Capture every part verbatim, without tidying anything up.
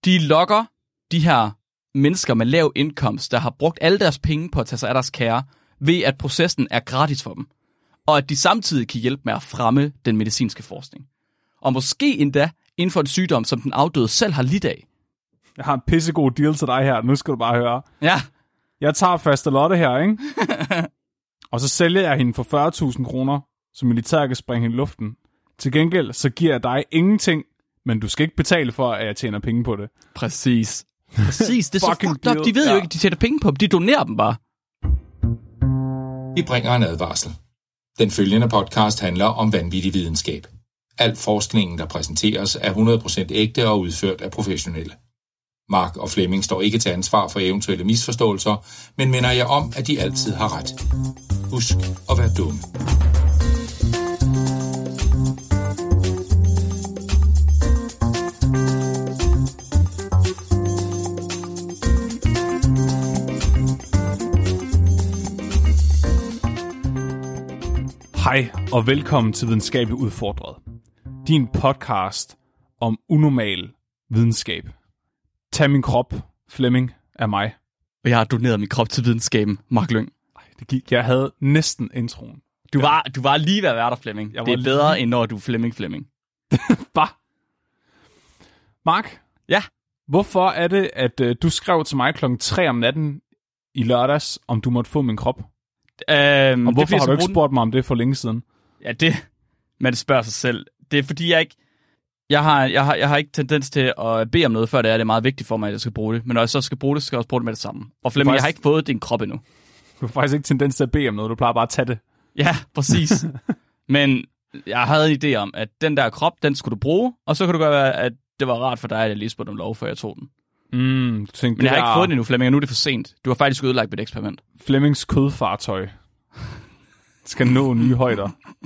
de lokker de her mennesker med lav indkomst, der har brugt alle deres penge på at tage sig af deres kære, ved at processen er gratis for dem. Og at de samtidig kan hjælpe med at fremme den medicinske forskning. Og måske endda inden for en sygdom, som den afdøde selv har lidt af. Jeg har en pissegod deal til dig her. Nu skal du bare høre. Ja. Jeg tager faste Lotte her, ikke? Og så sælger jeg hende for fyrre tusind kroner, så militæret kan springe hende i luften. Til gengæld, så giver jeg dig ingenting, men du skal ikke betale for, at jeg tjener penge på det. Præcis. Præcis. Det er så fucked deal. up. De ved ja. jo ikke, at de tjener penge på dem. De donerer dem bare. Vi bringer en advarsel. Den følgende podcast handler om vanvittig videnskab. Al forskningen, der præsenteres, er hundrede procent ægte og udført af professionelle. Mark og Flemming står ikke til ansvar for eventuelle misforståelser, men minder jer om, at de altid har ret. Husk at være dumme. Hej og velkommen til Videnskabeligt Udfordret. Din podcast om unormal videnskab. Tag min krop, Flemming, af mig. Og jeg har doneret min krop til videnskaben, Mark Lyng. Det gik. Jeg havde næsten introen. Du var, du var lige ved at være der, Flemming. Jeg det er var bedre, lige... end når du er Flemming Flemming. Bare. Mark? Ja? Hvorfor er det, at uh, du skrev til mig klokken tre om natten i lørdags, om du måtte få min krop? Øhm, og hvorfor det, har du ikke den... spurgt mig om det for længe siden? Ja, det... Man spørger sig selv. Det er fordi, jeg ikke... Jeg har, jeg, har, jeg har ikke tendens til at bede om noget, før det er, det er meget vigtigt for mig, at jeg skal bruge det. Men når jeg så skal bruge det, så skal jeg også bruge det med det samme. Og Flemming, faktisk... jeg har ikke fået din krop endnu. Du har faktisk ikke tendens til at bede om noget, du plejer bare at tage det. Ja, præcis. Men jeg havde en idé om, at den der krop, den skulle du bruge, og så kunne det godt være, at det var rart for dig, at jeg lige spurgte om lov, før jeg tog den. Mm, tænkte, Men jeg har der... ikke fået den endnu, Flemming, og nu er det for sent. Du har faktisk ødelagt mit eksperiment. Flemmings kødfartøj skal nå nye højder.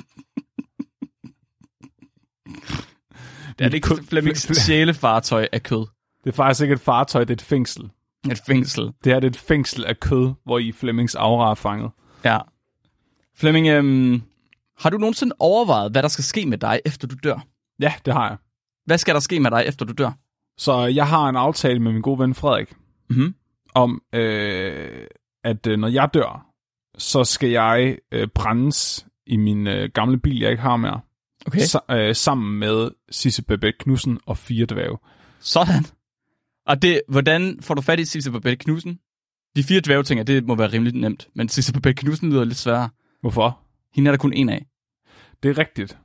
Det er det ikke Flemmings sjælefartøj af kød. Det er faktisk ikke et fartøj, det er et fængsel. Et fængsel. Det er det et fængsel af kød, hvor i Flemmings aura er fanget. Ja. Flemming, øhm, har du nogensinde overvejet, hvad der skal ske med dig, efter du dør? Ja, det har jeg. Hvad skal der ske med dig, efter du dør? Så jeg har en aftale med min gode ven Frederik, mm-hmm. om, øh, at øh, når jeg dør, så skal jeg øh, brændes i min øh, gamle bil, jeg ikke har mere. Okay. Sa- øh, sammen med Sisse Babette Knudsen og fire dværge. Sådan. Og det, hvordan får du fat i Sisse Babette Knudsen? De fire dværge tænker, det må være rimelig nemt. Men Sisse Babette Knudsen lyder lidt sværere. Hvorfor? Hende er der kun en af. Det er rigtigt.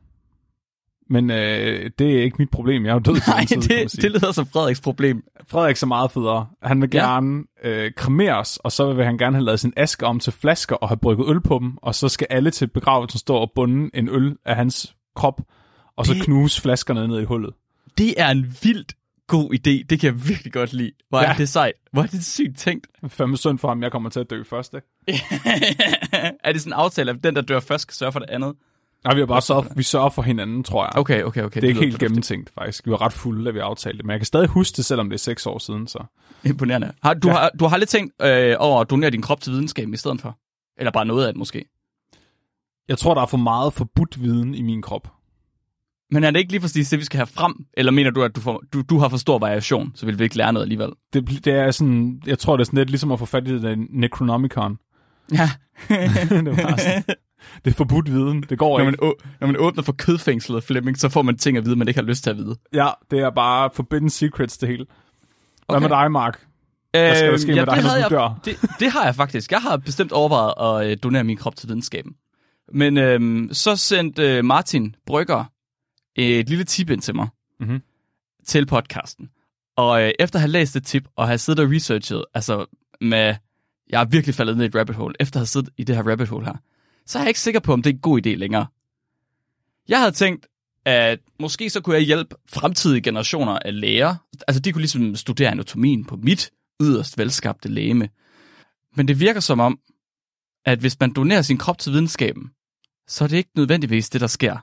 Men øh, det er ikke mit problem. Jeg er jo død. Nej, tid, det, det lyder som Frederiks problem. Frederik er meget federe. Han vil ja. gerne øh, kremeres, og så vil han gerne have lavet sin aske om til flasker og have brygget øl på dem, og så skal alle til begravelsen stå og bunde en øl af hans krop, og så det... knuse flaskerne ned i hullet. Det er en vildt god idé. Det kan jeg virkelig godt lide. Hvor er ja. det sejt. Hvor er det sygt tænkt. Det er fandme synd for ham, jeg kommer til at dø først, ikke? Er det sådan en aftale, at den, der dør først, skal sørge for det andet? Nej, vi har bare sørget, vi sørger for hinanden, tror jeg. Okay, okay, okay. Det er det ikke helt gennemtænkt, faktisk. Vi var ret fulde, da vi aftalte det. Men jeg kan stadig huske det, selvom det er seks år siden, så... Imponerende. Har, du, ja. har, du har lidt tænkt øh, over at donere din krop til videnskaben i stedet for? Eller bare noget af det, måske? Jeg tror, der er for meget forbudt viden i min krop. Men er det ikke lige præcis det, vi skal have frem? Eller mener du, at du, får, du, du har for stor variation, så vil vi ikke lære noget alligevel? Det, det er sådan... Jeg tror, det er sådan lidt ligesom at få fat i det Necronomicon. Ja. det var sådan... Det er forbudt viden. Det går når ikke. Man, når man åbner for kødfængslet, Flemming, så får man ting at vide, man ikke har lyst til at vide. Ja, det er bare forbidden secrets, det hele. Hvad okay. med dig, Mark? Hvad skal der ske øh, ja, med dig, når du jeg, dør? Det, det har jeg faktisk. Jeg har bestemt overvejet at donere min krop til videnskaben. Men øhm, så sendte øh, Martin Brygger et lille tip ind til mig mm-hmm. til podcasten. Og øh, efter at have læst det tip, og have siddet og researchet, altså med... Jeg har virkelig faldet ned i et rabbit hole, efter at have siddet i det her rabbit hole her. Så er jeg ikke sikker på, om det er en god idé længere. Jeg havde tænkt, at måske så kunne jeg hjælpe fremtidige generationer af læger. Altså, de kunne ligesom studere anatomien på mit yderst velskabte legeme. Men det virker som om, at hvis man donerer sin krop til videnskaben, så er det ikke nødvendigvis det, der sker.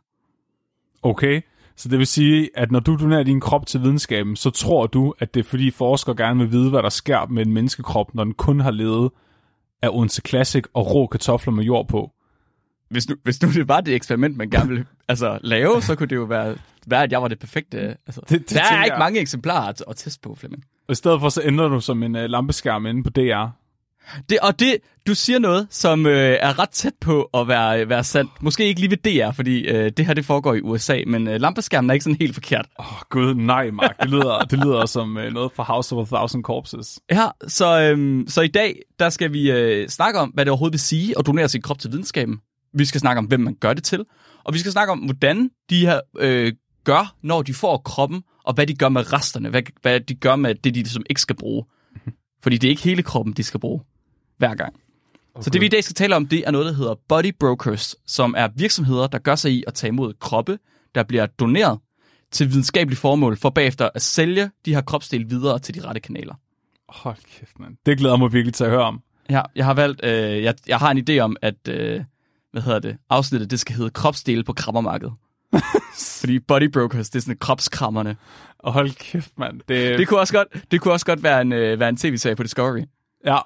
Okay, så det vil sige, at når du donerer din krop til videnskaben, så tror du, at det er fordi forskere gerne vil vide, hvad der sker med en menneskekrop, når den kun har levet af Odense Classic og rå kartofler med jord på. Hvis nu, hvis nu det var det eksperiment, man gerne ville altså, lave, så kunne det jo være være, at jeg var det perfekte. Altså, det, det der er ikke jeg. mange eksemplarer at, at teste på, Flemming. Og i stedet for, så ændrer du som en uh, lampeskærm inde på D R. Det, og det, du siger noget, som øh, er ret tæt på at være, være sandt. Måske ikke lige ved D R, fordi øh, det her det foregår i U S A, men øh, lampeskærmen er ikke sådan helt forkert. Åh oh, gud, nej Mark. Det lyder, det lyder som øh, noget fra House of a Thousand Corpses. Ja, så, øh, så i dag, der skal vi øh, snakke om, hvad det overhovedet vil sige at donere sin krop til videnskaben. Vi skal snakke om, hvem man gør det til. Og vi skal snakke om, hvordan de her øh, gør, når de får kroppen, og hvad de gør med resterne. Hvad, hvad de gør med det, de ligesom ikke skal bruge. Fordi det er ikke hele kroppen, de skal bruge hver gang. Okay. Så det vi i dag skal tale om, det er noget, der hedder body brokers, som er virksomheder, der gør sig i at tage imod kroppe, der bliver doneret til videnskabelige formål, for bagefter at sælge de her kropsdele videre til de rette kanaler. Hold kæft, mand. Det glæder mig virkelig til at høre om. Ja, jeg har valgt, øh, jeg, jeg har en idé om, at, øh, hvad hedder det, afsnittet, det skal hedde kropsdele på krammermarkedet. Fordi body brokers, det er sådan kropskrammerne. Hold kæft, mand. Det... Det kunne også godt, det kunne også godt være en, øh, være en tv-serie på Discovery. Ja.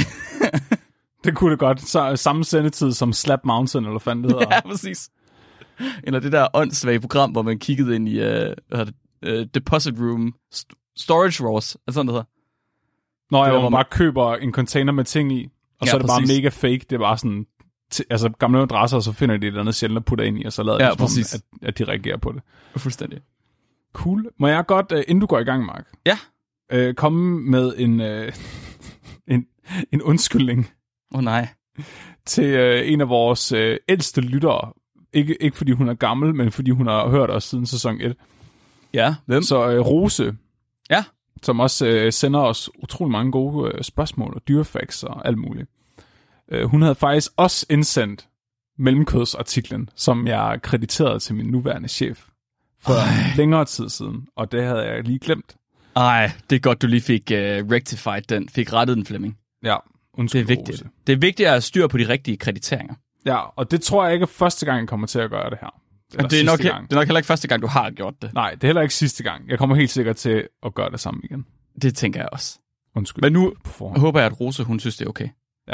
Det kunne det godt. Så, samme sendetid som Slap Mountain, eller hvad fanden det hedder. Ja, præcis. Eller det der åndssvage program, hvor man kiggede ind i uh, hvad det, uh, Deposit Room, st- Storage Wars, er sådan det hedder. Nå, ja, hvor man bare køber en container med ting i, og ja, så er det præcis. bare mega fake. Det er bare sådan, t- altså gamle adresser, og så finder de et eller andet sjældent at putte ind i, og så lader ja, de som om, at, at de reagerer på det. Fuldstændig. Cool. Må jeg godt, uh, inden du går i gang, Mark, ja. uh, komme med en, uh, en, en undskyldning. Åh oh, nej. Til øh, en af vores øh, ældste lyttere. Ikke, ikke fordi hun er gammel, men fordi hun har hørt os siden sæson et. Ja, hvem? Så øh, Rose, ja. som også øh, sender os utrolig mange gode øh, spørgsmål og dyrefacts og alt muligt. Øh, hun havde faktisk også indsendt mellemkødsartiklen, som jeg krediterede til min nuværende chef for Ej. længere tid siden, og det havde jeg lige glemt. Ej, det er godt, du lige fik uh, rectified den, fik rettet den, Flemming. Ja. Undskyld, det er vigtigt. Rose. Det er vigtigt at styre på de rigtige krediteringer. Ja, og det tror jeg ikke er første gang, jeg kommer til at gøre det her. Det er, nok, det er nok heller ikke første gang, du har gjort det. Nej, det er heller ikke sidste gang. Jeg kommer helt sikkert til at gøre det samme igen. Det tænker jeg også. Undskyld. Men nu håber jeg, at Rose, hun synes, det er okay. Ja.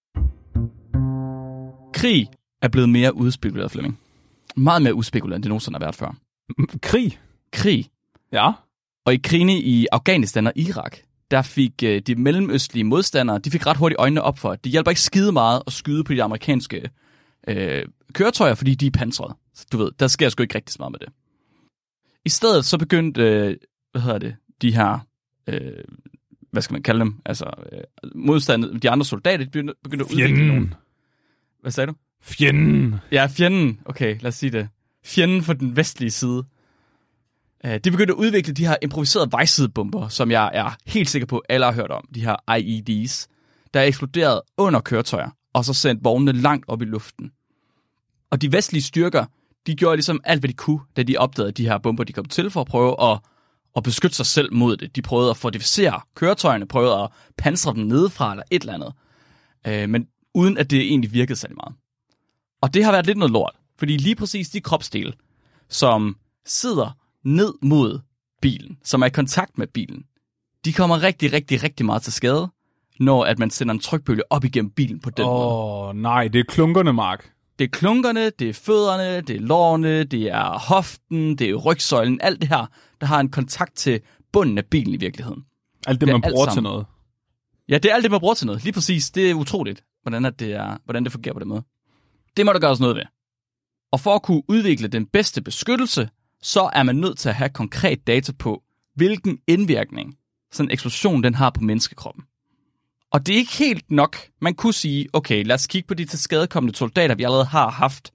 Krig er blevet mere udspekuleret, Flemming. Meget mere udspekuleret, end det nogensinde har været før. Krig? Krig. Ja. Og i krigene i Afghanistan og Irak, der fik øh, de mellemøstlige modstandere, de fik ret hurtigt øjnene op for, at det hjælper ikke skide meget at skyde på de amerikanske øh, køretøjer, fordi de er pansrede. Så du ved, der sker sgu ikke rigtig så meget med det. I stedet så begyndte, øh, hvad hedder det, de her, øh, hvad skal man kalde dem, altså øh, modstandere, de andre soldater, de begyndte, begyndte at udvikle nogen. Hvad sagde du? Fjenden. Ja, fjenden. Okay, lad os sige det. Fjenden for den vestlige side. De begyndte at udvikle de her improviserede vejsidebomber, som jeg er helt sikker på, alle har hørt om. De her I E D's, der er eksploderet under køretøjer, og så sendt vognene langt op i luften. Og de vestlige styrker, de gjorde ligesom alt, hvad de kunne, da de opdagede de her bomber, de kom til for at prøve at, at beskytte sig selv mod det. De prøvede at fortificere køretøjerne, prøvede at pansre dem nedefra eller et eller andet. Øh, men uden at det egentlig virkede særlig meget. Og det har været lidt noget lort, fordi lige præcis de kropsdele, som sidder ned mod bilen, som er i kontakt med bilen, de kommer rigtig, rigtig, rigtig meget til skade, når at man sender en trykbølge op igennem bilen på den oh, måde. Åh nej, det er klunkerne, Mark. Det er klunkerne, det er fødderne, det er lårene, det er hoften, det er rygsøjlen, alt det her, der har en kontakt til bunden af bilen i virkeligheden. Alt det, det man bruger til noget. Ja, det er alt det, man bruger til noget. Lige præcis. Det er utroligt, hvordan, at det, er, hvordan det fungerer på den måde. Det må der gøres noget ved. Og for at kunne udvikle den bedste beskyttelse, så er man nødt til at have konkret data på, hvilken indvirkning sådan en eksplosion den har på menneskekroppen. Og det er ikke helt nok. Man kunne sige, okay, lad os kigge på de tilskadekommende soldater, vi allerede har haft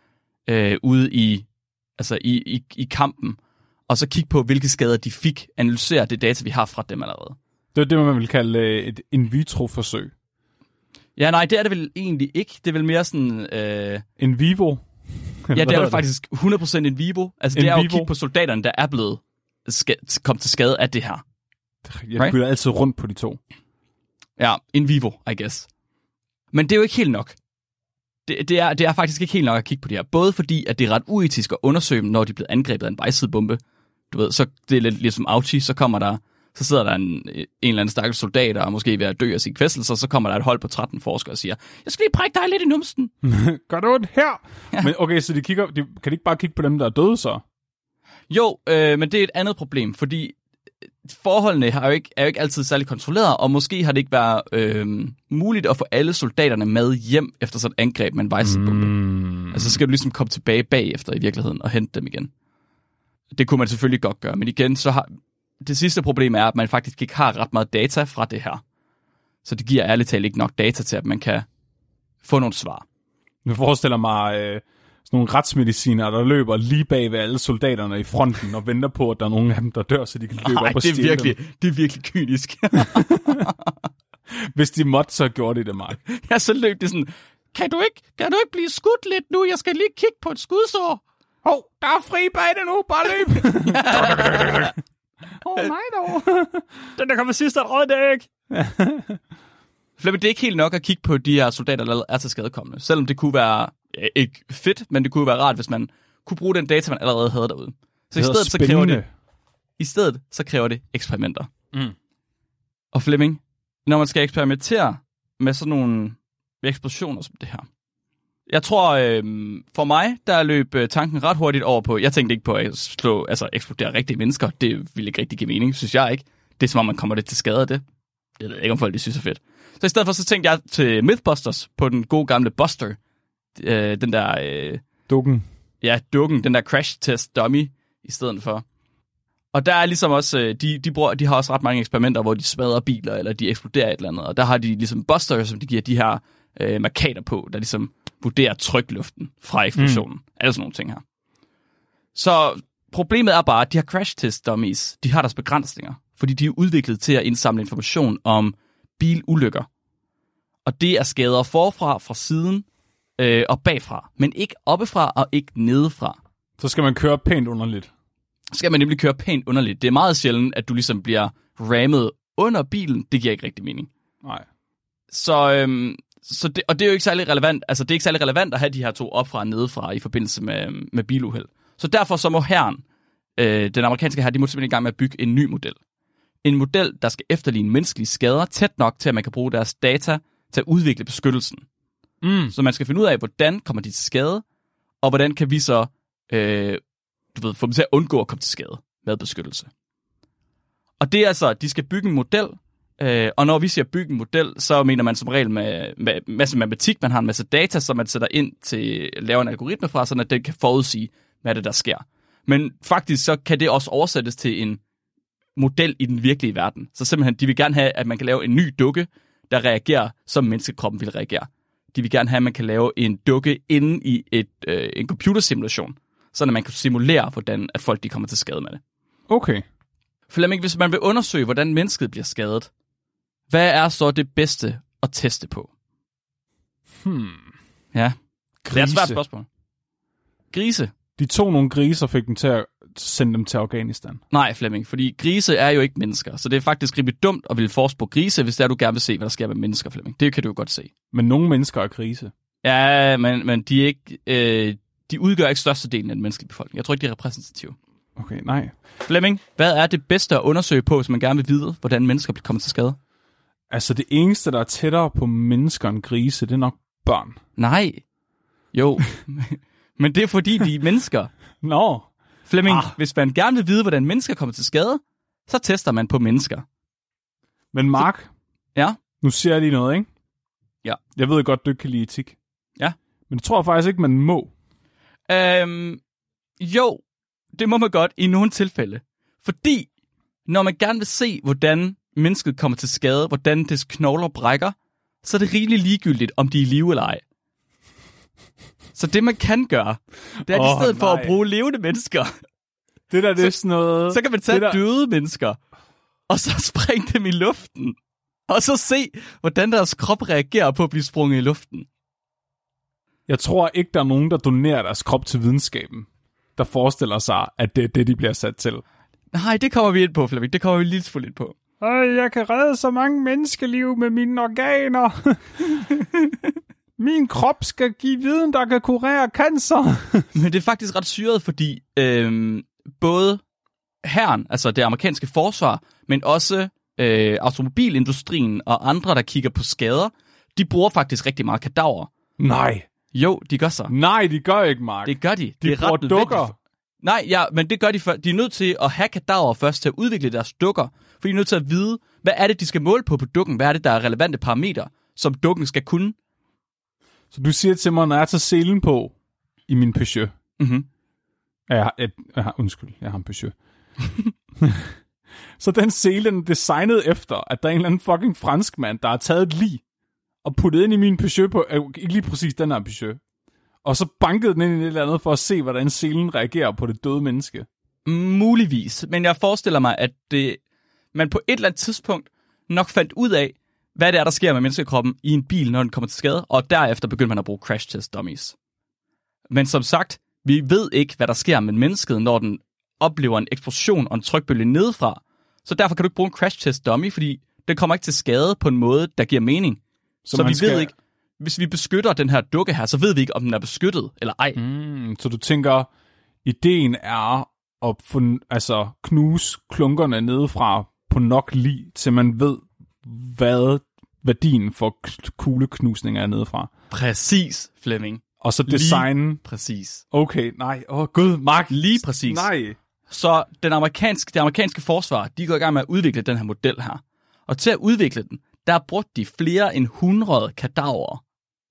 øh, ude i, altså i, i, i kampen, og så kigge på, hvilke skader de fik, analysere det data, vi har fra dem allerede. Det er det, man vil kalde et in vitro-forsøg. Ja, nej, det er det vel egentlig ikke. Det er vel mere sådan... Øh... In vivo? Ja, det er jo faktisk hundrede procent in vivo. Altså, in det er jo vivo. at kigge på soldaterne, der er blevet ska- kommet til skade af det her. Jeg right? bytter altid rundt på de to. Ja, in vivo, I guess. Men det er jo ikke helt nok. Det, det, er, det er faktisk ikke helt nok at kigge på det her. Både fordi, at det er ret uetisk at undersøge dem, når de er blevet angrebet af en vejsidebombe. Du ved, så det er lidt ligesom Auchi, så kommer der... Så sidder der en, en eller anden stakkels soldat, og måske ved at dø af sin kvæstelse, så kommer der et hold på tretten forskere og siger, jeg skal lige prikke dig lidt i numsten. Gør det ondt her? Ja. Men okay, så de kigger, de, kan de ikke bare kigge på dem, der er døde så? Jo, øh, men det er et andet problem, fordi forholdene har jo ikke, er jo ikke altid særlig kontrolleret, og måske har det ikke været øh, muligt at få alle soldaterne med hjem efter sådan et angreb med en vejsidebombe. Mm. Altså så skal du ligesom komme tilbage bagefter i virkeligheden og hente dem igen. Det kunne man selvfølgelig godt gøre, men igen, så har det sidste problem er, at man faktisk ikke har ret meget data fra det her. Så det giver ærligt talt ikke nok data til, at man kan få nogle svar. Jeg forestiller mig øh, sådan nogle retsmediciner, der løber lige bag ved alle soldaterne i fronten og venter på, at der er nogen af dem, der dør, så de kan løbe Ej, op og det er stjæle virkelig, dem. det er virkelig kynisk. Hvis de måtte, så gjorde de det, Mark. Ja, så løb det sådan, kan du ikke, kan du ikke blive skudt lidt nu? Jeg skal lige kigge på et skudsår. Hov, oh, der er fri bag det nu, bare løb! Åh oh, nej dog. Den der kommer sidst, der rød det ikke. Flemming, det er ikke helt nok at kigge på de her soldater, der er til skadekommende. Selvom det kunne være, ja, ikke fedt, men det kunne være rart, hvis man kunne bruge den data, man allerede havde derude. Så i stedet, så kræver det, i stedet så kræver det eksperimenter. Mm. Og Flemming, når man skal eksperimentere med sådan nogle eksplosioner som det her. Jeg tror, øh, for mig, der løb tanken ret hurtigt over på, jeg tænkte ikke på at slå, altså eksplodere rigtige mennesker. Det ville ikke rigtig give mening, synes jeg ikke. Det er som om, man kommer lidt til skade af det. Jeg ved ikke, om folk det synes er fedt. Så i stedet for, så tænkte jeg til Mythbusters på den gode gamle Buster. Øh, den der... Øh, dukken. Ja, dukken. Den der crash test dummy i stedet for. Og der er ligesom også... De, de, bruger, de har også ret mange eksperimenter, hvor de smadrer biler, eller de eksploderer et eller andet. Og der har de ligesom Buster, som de giver de her øh, markader på, der ligesom vurderer trykluften fra eksplosionen. Mm. Alle sådan nogle ting her. Så problemet er bare, at de her crash test dummies, de har deres begrænsninger. Fordi de er udviklet til at indsamle information om bilulykker. Og det er skader forfra, fra siden øh, og bagfra. Men ikke oppefra og ikke nedefra. Så skal man køre pænt underligt. Så skal man nemlig køre pænt underligt. Det er meget sjældent, at du ligesom bliver rammet under bilen. Det giver ikke rigtig mening. Nej. Så, øhm, så det, og det er jo ikke særlig relevant. Altså det er ikke særlig relevant at have de her to opfra og nedefra i forbindelse med, med biluheld. Så derfor så må hæren, øh, den amerikanske hær, de må simpelthen i gang med at bygge en ny model. En model, der skal efterligne menneskelige skader tæt nok til, at man kan bruge deres data til at udvikle beskyttelsen. Mm. Så man skal finde ud af, hvordan kommer de til skade, og hvordan kan vi så øh, du ved, få dem til at undgå at komme til skade med beskyttelse. Og det er altså, de skal bygge en model, øh, og når vi siger bygge en model, så mener man som regel med, med masse matematik, man har en masse data, som man sætter ind til at lave en algoritme fra, sådan at den kan forudsige, hvad det der sker. Men faktisk så kan det også oversættes til en model i den virkelige verden. Så simpelthen, de vil gerne have, at man kan lave en ny dukke, der reagerer, som menneskekroppen vil reagere. De vil gerne have, at man kan lave en dukke inde i et, øh, en computersimulation, så man kan simulere, hvordan at folk de kommer til skade med det. Okay. Flemming, hvis man vil undersøge, hvordan mennesket bliver skadet, hvad er så det bedste at teste på? Hmm. Ja, Grise. det er et svært spørgsmål. Grise? De tog nogle grise og fik dem til at sende dem til Afghanistan. Nej, Flemming, fordi grise er jo ikke mennesker, så det er faktisk rimelig dumt at ville forske på grise, hvis det er, du gerne vil se, hvad der sker med mennesker, Flemming. Det kan du jo godt se. Men nogle mennesker er grise. Ja, men, men de, er ikke, øh, de udgør ikke størstedelen af den menneskelige befolkning. Jeg tror ikke, de er repræsentative. Okay, nej. Flemming, hvad er det bedste at undersøge på, hvis man gerne vil vide, hvordan mennesker bliver kommet til skade? Altså, det eneste, der er tættere på mennesker end grise, det er nok børn. Nej. Jo. Men det er fordi, de er mennesker. Nå. Flemming, ah. hvis man gerne vil vide, hvordan mennesker kommer til skade, så tester man på mennesker. Men Mark, så, ja? Nu siger jeg lige noget, ikke? Ja. Jeg ved godt, du ikke kan lide etik. Ja. Men det tror jeg faktisk ikke, man må. Øhm, jo, det må man godt i nogle tilfælde. Fordi, når man gerne vil se, hvordan mennesket kommer til skade, hvordan dets knogler brækker, så er det rigeligt ligegyldigt, om de er i live eller ej. Så det, man kan gøre, det er, oh, i stedet nej. for at bruge levende mennesker, det der, det er sådan noget... så kan man tage der... døde mennesker, og så springe dem i luften, og så se, hvordan deres krop reagerer på at blive sprunget i luften. Jeg tror ikke, der er nogen, der donerer deres krop til videnskaben, der forestiller sig, at det er det, de bliver sat til. Nej, det kommer vi ind på, Flemming. Det kommer vi lige lidt ind på. Øh, jeg kan redde så mange menneskeliv med mine organer. Min krop skal give viden, der kan kurere cancer. Men det er faktisk ret syret, fordi øh, både hæren, altså det amerikanske forsvar, men også øh, automobilindustrien og andre, der kigger på skader, de bruger faktisk rigtig meget kadaver. Nej. Jo, de gør så. Nej, de gør ikke, Mark. Det gør de. De det er bruger ret dukker. Nej, ja, men det gør de før. De er nødt til at have kadaver først til at udvikle deres dukker, for de er nødt til at vide, hvad er det, de skal måle på på dukken? Hvad er det, der er relevante parametre, som dukken skal kunne? Så du siger til mig, når jeg tager selen på i min Peugeot. Mhm. Jeg har, jeg, jeg har, undskyld, jeg har en Peugeot. Så den sele er designet efter, at der er en eller anden fucking franskmand, der har taget et lig og puttet ind i min Peugeot på, øh, ikke lige præcis den her Peugeot, og så bankede den ind i et eller andet for at se, hvordan selen reagerer på det døde menneske. Muligvis, men jeg forestiller mig, at det, man på et eller andet tidspunkt nok fandt ud af, hvad det er, der sker med menneskekroppen i en bil, når den kommer til skade, og derefter begyndte man at bruge crash test dummies. Men som sagt, vi ved ikke, hvad der sker med mennesket, når den oplever en eksplosion og en trykbølge nedefra. Så derfor kan du ikke bruge en crash test dummy, fordi den kommer ikke til skade på en måde, der giver mening. Så, så vi skal... ved ikke, hvis vi beskytter den her dukke her, så ved vi ikke, om den er beskyttet eller ej. Mm, så du tænker, ideen er at få, altså, knuse klunkerne nedefra på nok lig, til man ved, hvad værdien for kugleknusning er nedefra. Præcis, Flemming. Og så design... Lige præcis. Okay, nej. Åh, oh, gud, Mark. Lige præcis. Nej. Så den amerikanske, det amerikanske forsvar, de går i gang med at udvikle den her model her. Og til at udvikle den, der brugte de flere end hundrede kadaver.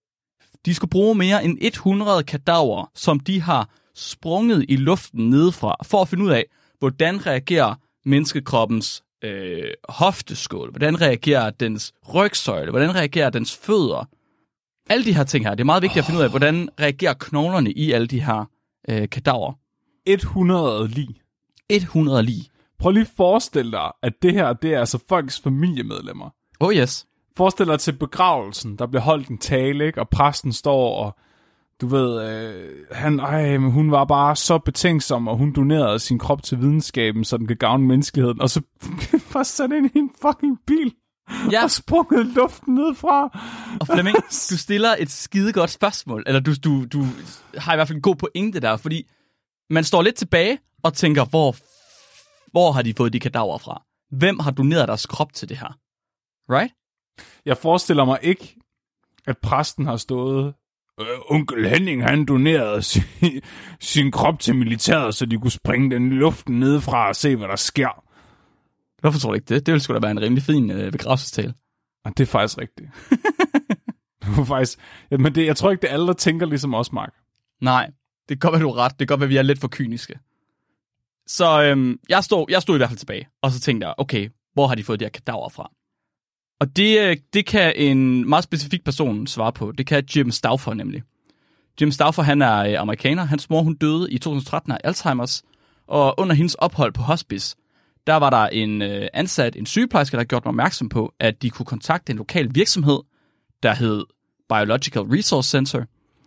De skulle bruge mere end hundrede kadaver, som de har sprunget i luften nedefra, for at finde ud af, hvordan reagerer menneskekroppens øh, hofteskål, hvordan reagerer dens rygsøjle, hvordan reagerer dens fødder. Alle de her ting her, det er meget vigtigt at finde ud af, hvordan reagerer knoglerne i alle de her øh, kadaver. hundrede lig. hundrede lig. Prøv lige at forestille dig, at det her, det er altså folks familiemedlemmer. Oh yes. Forestil dig til begravelsen, der bliver holdt en tale, ikke? Og præsten står og, du ved, øh, han, ej, men hun var bare så betænksom, og hun donerede sin krop til videnskaben, så den kan gavne menneskeheden. Og så bare sat ind i en fucking bil. Ja. Og sprunget luften nedfra. Og Flemming, du stiller et skidegodt spørgsmål, eller du, du, du har i hvert fald en god pointe der, fordi man står lidt tilbage og tænker, hvor, hvor har de fået de kadaver fra? Hvem har doneret deres krop til det her? Right? Jeg forestiller mig ikke, at præsten har stået, øh, onkel Henning, han donerede sin, sin krop til militæret, så de kunne springe den i luften nedefra og se, hvad der sker. Hvorfor tror du ikke det? Det ville sgu da være en rimelig fin øh, begravelsestale. Og det er faktisk rigtigt. det er faktisk, ja, men det, jeg tror ikke, det er alle, der tænker ligesom os, Mark. Nej, det kan godt være, du er ret. Det kan godt være, at vi er lidt for kyniske. Så øhm, jeg, stod, jeg stod i hvert fald tilbage, og så tænkte jeg, okay, hvor har de fået de her kadaver fra? Og det, det kan en meget specifik person svare på. Det kan Jim Stauffer nemlig. Jim Stauffer, han er øh, amerikaner. Hans mor, hun døde i to tusind og tretten af Alzheimers, og under hendes ophold på hospice, der var der en øh, ansat, en sygeplejerske, der gjorde mig opmærksom på, at de kunne kontakte en lokal virksomhed, der hed Biological Resource Center.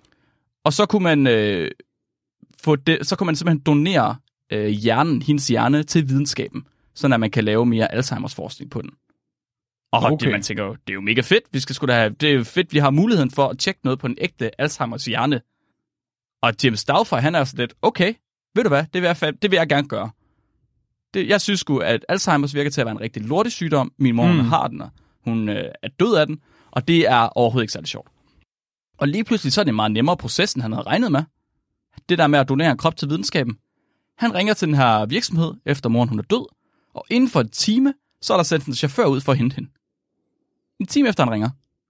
Og så kunne man, øh, få det, så kunne man simpelthen donere øh, hjernen, hendes hjerne, til videnskaben, så at man kan lave mere Alzheimers forskning på den. Og okay. det, man tænker, det er jo mega fedt. Vi skal sgu da have, det er jo fedt, vi har muligheden for at tjekke noget på en ægte Alzheimers hjerne. Og Jim Stauffer, han er så lidt, okay, ved du hvad, det vil jeg, det vil jeg gerne gøre. Det, jeg synes sgu, at Alzheimers virker til at være en rigtig lortesygdom. Min mor, mm. hun har den, og hun øh, er død af den, og det er overhovedet ikke særlig sjovt. Og lige pludselig så er det en meget nemmere proces, end han havde regnet med. Det der med at donere en krop til videnskaben. Han ringer til den her virksomhed, efter moren hun er død, og inden for en time, så er der sendt en chauffør ud for at hente hende. En time efter han ringer.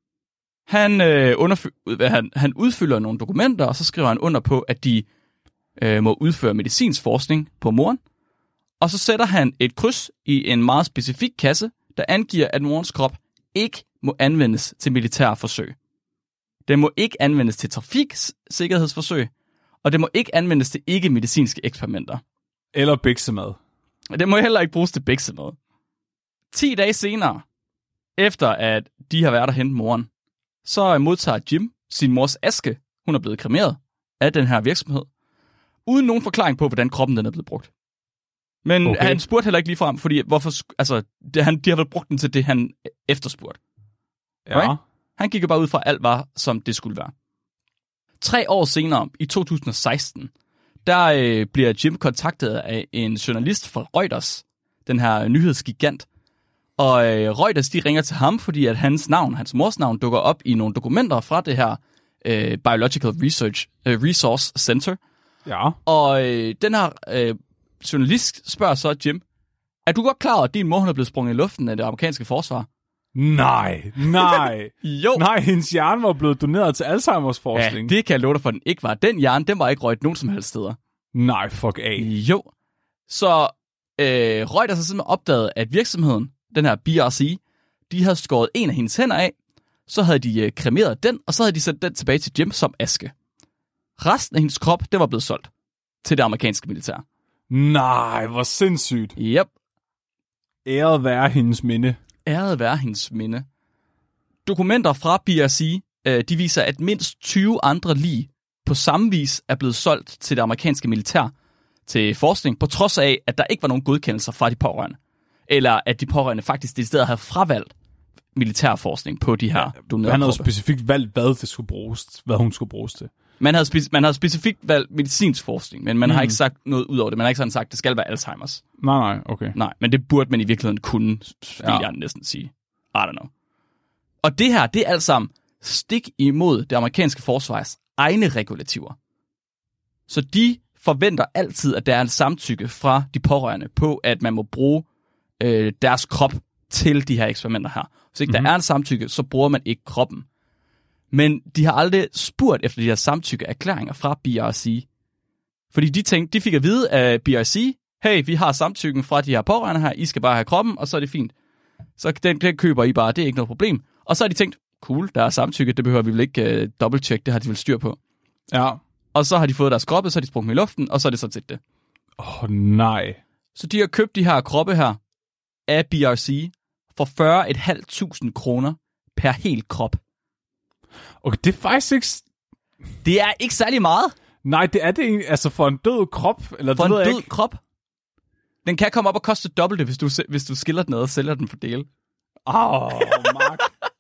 Han, øh, underf- han, han udfylder nogle dokumenter, og så skriver han under på, at de øh, må udføre medicinsk forskning på moren. Og så sætter han et kryds i en meget specifik kasse, der angiver, at morens krop ikke må anvendes til militære forsøg. Den må ikke anvendes til trafiksikkerhedsforsøg, og det må ikke anvendes til ikke-medicinske eksperimenter. Eller biksemad. Det må heller ikke bruges til biksemad. Ti dage senere, efter at de har været der hente moren, så modtager Jim sin mors aske, hun er blevet kremeret, af den her virksomhed, uden nogen forklaring på, hvordan kroppen den er blevet brugt. Men okay. Han spurgte heller ikke lige frem, fordi hvorfor, altså, det, han, de har vel brugt den til det, han efterspurgte. Ja. Right? Han gik jo bare ud fra, at alt var, som det skulle være. Tre år senere, i to tusind og seksten, der øh, bliver Jim kontaktet af en journalist fra Reuters, den her nyhedsgigant. Og øh, Reuters, de ringer til ham, fordi at hans navn, hans mors navn, dukker op i nogle dokumenter fra det her øh, Biological Research, øh, Resource Center. Ja. Og øh, den her øh, journalist spørger så Jim, er du godt klar over, at din mor hun er blevet sprunget i luften af det amerikanske forsvar? Nej, nej. Jo. Nej, hendes hjerne var blevet doneret til Alzheimers forskning. Ja, det kan jeg love dig for, den ikke var. Den hjerne, den var ikke røget nogen som helst steder. Nej, fuck af. Jo. Så øh, Reuters har simpelthen opdaget, at virksomheden, den her B R C, de havde skåret en af hendes hænder af, så havde de øh, kremeret den, og så havde de sendt den tilbage til Jim som aske. Resten af hendes krop, det var blevet solgt til det amerikanske militær. Nej, hvor sindssygt. Yep. Æret være hendes minde. Æret være hendes minde. Dokumenter fra B R C, øh, de viser, at mindst tyve andre lig på samme vis er blevet solgt til det amerikanske militær til forskning, på trods af, at der ikke var nogen godkendelser fra de pårørende. Eller at de pårørende faktisk i stedet havde fravalgt militærforskning på de her ja, donerede Han havde kroppe. specifikt valgt, hvad det skulle bruges, hvad hun skulle bruges til. Man havde, speci- man havde specifikt valgt medicinsk forskning, men man mm. har ikke sagt noget ud over det. Man har ikke sådan sagt, at det skal være Alzheimers. Nej, nej, okay. Nej, men det burde man i virkeligheden kunne, vil ja. jeg næsten sige. I don't know. Og det her, det er alt sammen stik imod det amerikanske forsvars egne regulativer. Så de forventer altid, at der er en samtykke fra de pårørende på, at man må bruge øh, deres krop til de her eksperimenter her. Hvis ikke mm-hmm. der er en samtykke, så bruger man ikke kroppen. Men de har aldrig spurgt efter de her samtykke-erklæringer fra B R C. Fordi de tænkte, de fik at vide af B R C, hey, vi har samtykken fra de her pårørende her, I skal bare have kroppen, og så er det fint. Så den, den køber I bare, det er ikke noget problem. Og så har de tænkt, cool, der er samtykke, det behøver vi vel ikke uh, dobbelt-check, det har de vel styr på. Ja. Og så har de fået deres kroppe, så har de sprunget i luften, og så er det så til det. Åh, oh, nej. Så de har købt de her kroppe her af B R C for fyrre tusind fem hundrede kroner per hel krop. Okay, det er faktisk ikke... Det er ikke særlig meget. Nej, det er det egentlig, altså for en død krop, eller For det en ved jeg død ikke. krop. Den kan komme op og koste dobbelt det, hvis du, hvis du skiller den ned og sælger den for dele. Åh, oh, Mark.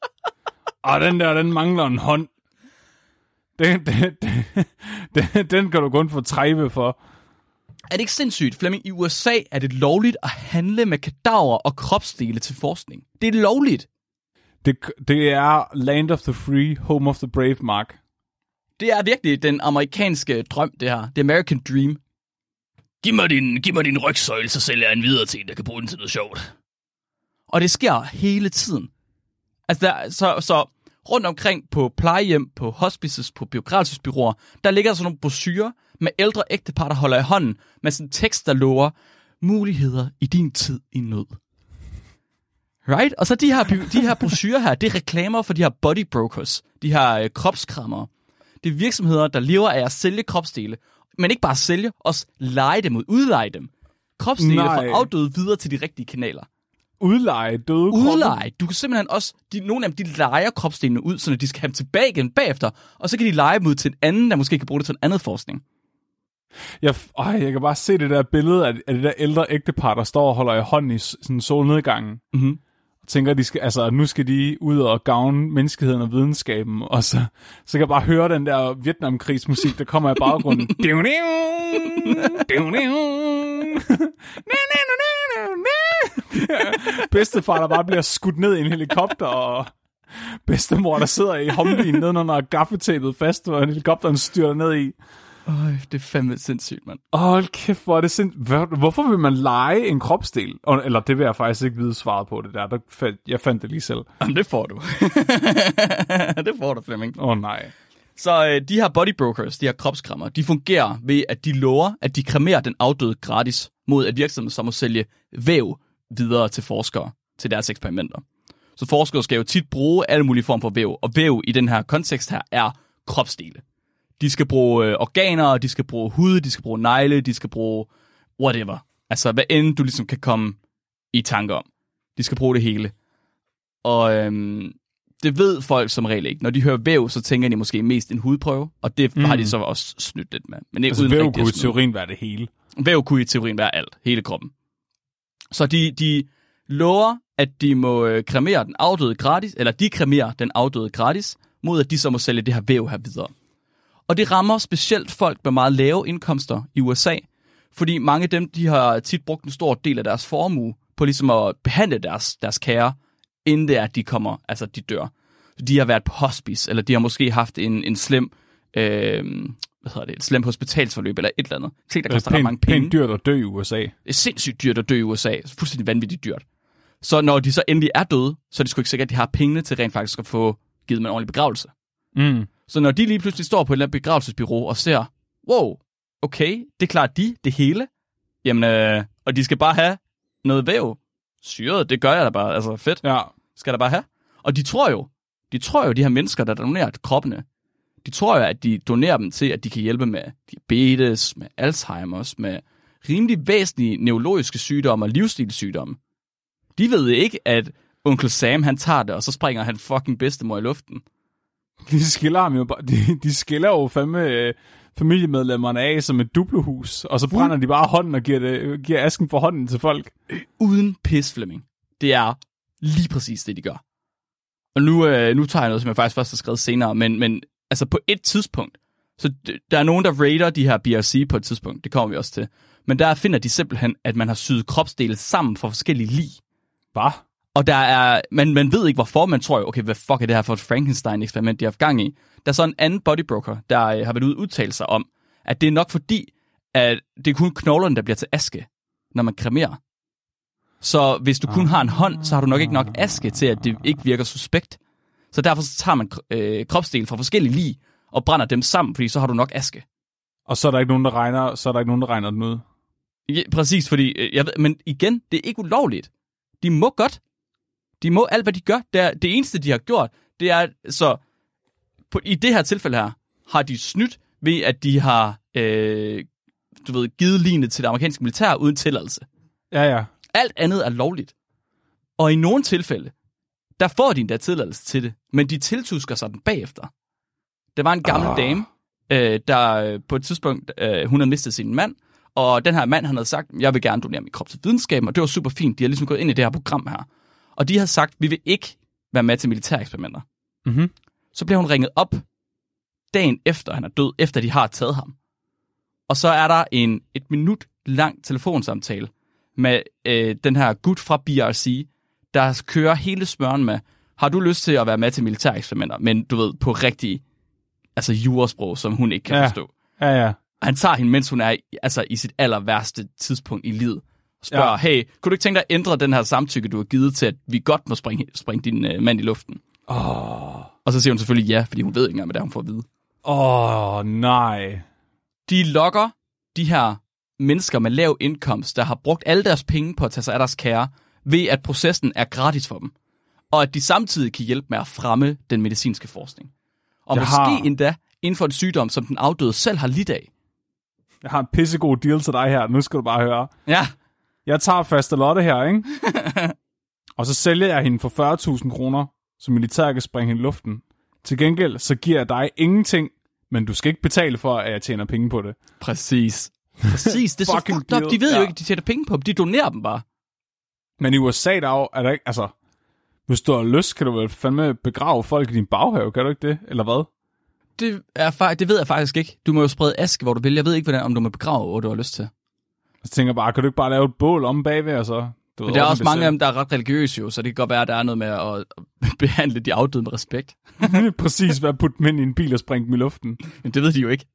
Åh, oh, den der, den mangler en hånd. Den, den, den, den, den kan du kun få tredive for. Er det ikke sindssygt, Flemming? I U S A er det lovligt at handle med kadaver og kropsdele til forskning. Det er lovligt. Det, det er land of the free, home of the brave, Mark. Det er virkelig den amerikanske drøm, det her. The American Dream. Giv mig din, giv mig din rygsøjle, så sælger jeg en videre til en, der kan bruge den til noget sjovt. Og det sker hele tiden. Altså, der, så, så rundt omkring på plejehjem, på hospices, på biografsbyråer, der ligger sådan nogle brochurer med ældre ægtepar, der holder i hånden, med sådan en tekst, der lover muligheder i din tid i nød. Right? Og så de her, de her brochurer her, det er reklamer for de her body brokers, de her øh, kropskrammere. Det er virksomheder, der lever af at sælge kropsdele, men ikke bare sælge, også lege dem ud, udleje dem. Kropsdele fra afdøde videre til de rigtige kanaler. Udleje døde kroppe? Udleje. Du kan simpelthen også, de, nogle af dem, de leger kropsdelene ud, så de skal have dem tilbage igen bagefter, og så kan de lege dem ud til en anden, der måske kan bruge det til en anden forskning. Jeg, øh, jeg kan bare se det der billede af, af det der ældre ægtepar, der står og holder i hånden i sådan solnedgangen. Mm-hmm. Og tænker, de skal, altså, nu skal de ud og gavne menneskeheden og videnskaben. Og så, så kan jeg bare høre den der Vietnamkrigsmusik, der kommer i baggrunden. Bedstefar, der bare bliver skudt ned i en helikopter, og bedstemor, der sidder i Humvee'en nedenunder gaffetapet fast, og helikopteren styrter ned i. Øj, det er fandme sindssygt, mand. Hold kæft, hvor er det sindssygt. Hvorfor vil man lege en kropsdel? Eller det vil jeg faktisk ikke vide svaret på det der. der fandt, jeg fandt det lige selv. Jamen, det får du. Det får du, Flemming. Åh oh, nej. Så øh, de her body brokers, de her kropskrammer, de fungerer ved, at de lover, at de kremerer den afdøde gratis, mod at virksomheden så må sælge væv videre til forskere, til deres eksperimenter. Så forskere skal jo tit bruge alle mulige former for væv, og væv i den her kontekst her er kropsdele. De skal bruge øh, organer, de skal bruge hud, de skal bruge negle, de skal bruge whatever. Altså, hvad end du ligesom kan komme i tanke om. De skal bruge det hele. Og øhm, det ved folk som regel ikke. Når de hører væv, så tænker de måske mest en hudprøve, og det mm. har de så også snydt lidt med. Men altså, uden væv kunne i teorien være det hele. Væv kunne i teorien være alt, hele kroppen. Så de, de lover, at de må øh, kremere den afdøde gratis, eller de kremerer den afdøde gratis, mod at de så må sælge det her væv her videre. Og det rammer specielt folk med meget lave indkomster i U S A, fordi mange af dem, de har tit brugt en stor del af deres formue på ligesom at behandle deres, deres kære, inden det er, at de kommer, altså de dør. Så de har været på hospice, eller de har måske haft en, en slem øh, hvad hedder det, et slemt hospitalsforløb eller et eller andet. Ting, der koster pænt, ret mange penge. Pænt dyrt at dø i U S A. Det er sindssygt dyrt at dø i U S A. Fuldstændig vanvittigt dyrt. Så når de så endelig er døde, så er det sgu ikke sikkert, at de har pengene til rent faktisk at få givet dem en ordentlig begravelse. Mm. Så når de lige pludselig står på et eller andet begravelsesbyrå og ser, wow, okay, det klarer de, det hele. Jamen, øh, og de skal bare have noget væv. Syret, det gør jeg da bare. Altså, fedt. Ja. Skal der bare have. Og de tror jo, de tror jo, de her mennesker, der donerer kroppene, de tror jo, at de donerer dem til, at de kan hjælpe med diabetes, med Alzheimer's, med rimelig væsentlige neurologiske sygdomme og livsstilssygdomme. De ved ikke, at onkel Sam, han tager det, og så springer han fucking bedstemor i luften. De skiller ham jo bare, de, de skiller jo fandme øh, familiemedlemmerne af som et dublohus, og så brænder de bare hånden og giver, det, giver asken for hånden til folk. Uden pis, Flemming. Det er lige præcis det, de gør. Og nu, øh, nu tager jeg noget, som jeg faktisk først har skrevet senere, men, men altså på et tidspunkt, så d- der er nogen, der raider de her B R C på et tidspunkt, det kommer vi også til, men der finder de simpelthen, at man har syet kropsdele sammen fra forskellige lig. Hvad? Og der er, man, man ved ikke hvorfor, man tror jo, okay, hvad fuck er det her for et Frankenstein-eksperiment, de har haft gang i. Der er så en anden bodybroker, der øh, har været ude udtalt sig om, at det er nok fordi, at det er kun knoglerne, der bliver til aske, når man kremerer. Så hvis du kun har en hånd, så har du nok ikke nok aske til, at det ikke virker suspekt. Så derfor så tager man øh, kropsdele fra forskellige lig og brænder dem sammen, fordi så har du nok aske. Og så er der ikke nogen, der regner, så er der ikke nogen, der regner den ud. Ja, præcis, fordi, øh, jeg ved, men igen, det er ikke ulovligt. De må godt. De må alt, hvad de gør. Det, er, det eneste, de har gjort, det er, så på, i det her tilfælde her, har de snydt ved, at de har øh, du ved, givet lignet til det amerikanske militær uden tilladelse. Ja, ja. Alt andet er lovligt. Og i nogle tilfælde, der får de endda tilladelse til det, men de tiltusker sig den bagefter. Der var en gammel oh. dame, øh, der på et tidspunkt, øh, hun havde mistet sin mand, og den her mand, han havde sagt, jeg vil gerne donere min krop til videnskaben, og det var super fint. De har ligesom gået ind i det her program her. Og de har sagt, vi vil ikke være med til militæreksperimenter. Mm-hmm. Så bliver hun ringet op dagen efter, han er død, efter de har taget ham. Og så er der en et minut lang telefonsamtale med øh, den her gut fra B R C, der kører hele smøren med, har du lyst til at være med til militæreksperimenter, men du ved, på rigtig altså jurasprog, som hun ikke kan ja. forstå. Ja, ja. Og han tager hende, mens hun er altså, i sit aller værste tidspunkt i livet. Og spørger, ja. hey, kunne du ikke tænke dig at ændre den her samtykke, du har givet til, at vi godt må springe, springe din øh, mand i luften? Oh. Og så siger hun selvfølgelig ja, fordi hun ved ikke engang, hvad det er, hun får at vide. Åh, oh, nej. De lokker de her mennesker med lav indkomst, der har brugt alle deres penge på at tage sig af deres kære, ved at processen er gratis for dem. Og at de samtidig kan hjælpe med at fremme den medicinske forskning. Og jeg måske har... endda inden for en sygdom, som den afdøde selv har lidt af. Jeg har en pissegod deal til dig her. Nu skal du bare høre. Ja. Jeg tager faste Lotte her, ikke? Og så sælger jeg hende for fyrre tusind kroner, så militæret kan springe hende i luften. Til gengæld, så giver jeg dig ingenting, men du skal ikke betale for, at jeg tjener penge på det. Præcis. Præcis, det er så fucked up. De ved ja. jo ikke, at de tjener penge på dem. De donerer dem bare. Men i U S A, der er, er der ikke, altså, hvis du har lyst, kan du vel fandme begrave folk i din baghave, kan du ikke det? Eller hvad? Det, er, det ved jeg faktisk ikke. Du må jo sprede aske, hvor du vil. Jeg ved ikke, hvordan, om du må begrave, hvor du har lyst til. Så tænker jeg bare, kan du ikke bare lave et bål om bagved, og så... Du Men der er også mange af dem, der er ret religiøse jo, så det kan godt være, at der er noget med at behandle de afdøde med respekt. Præcis, hvad at putte dem ind i en bil og springe dem i luften. Men det ved de jo ikke.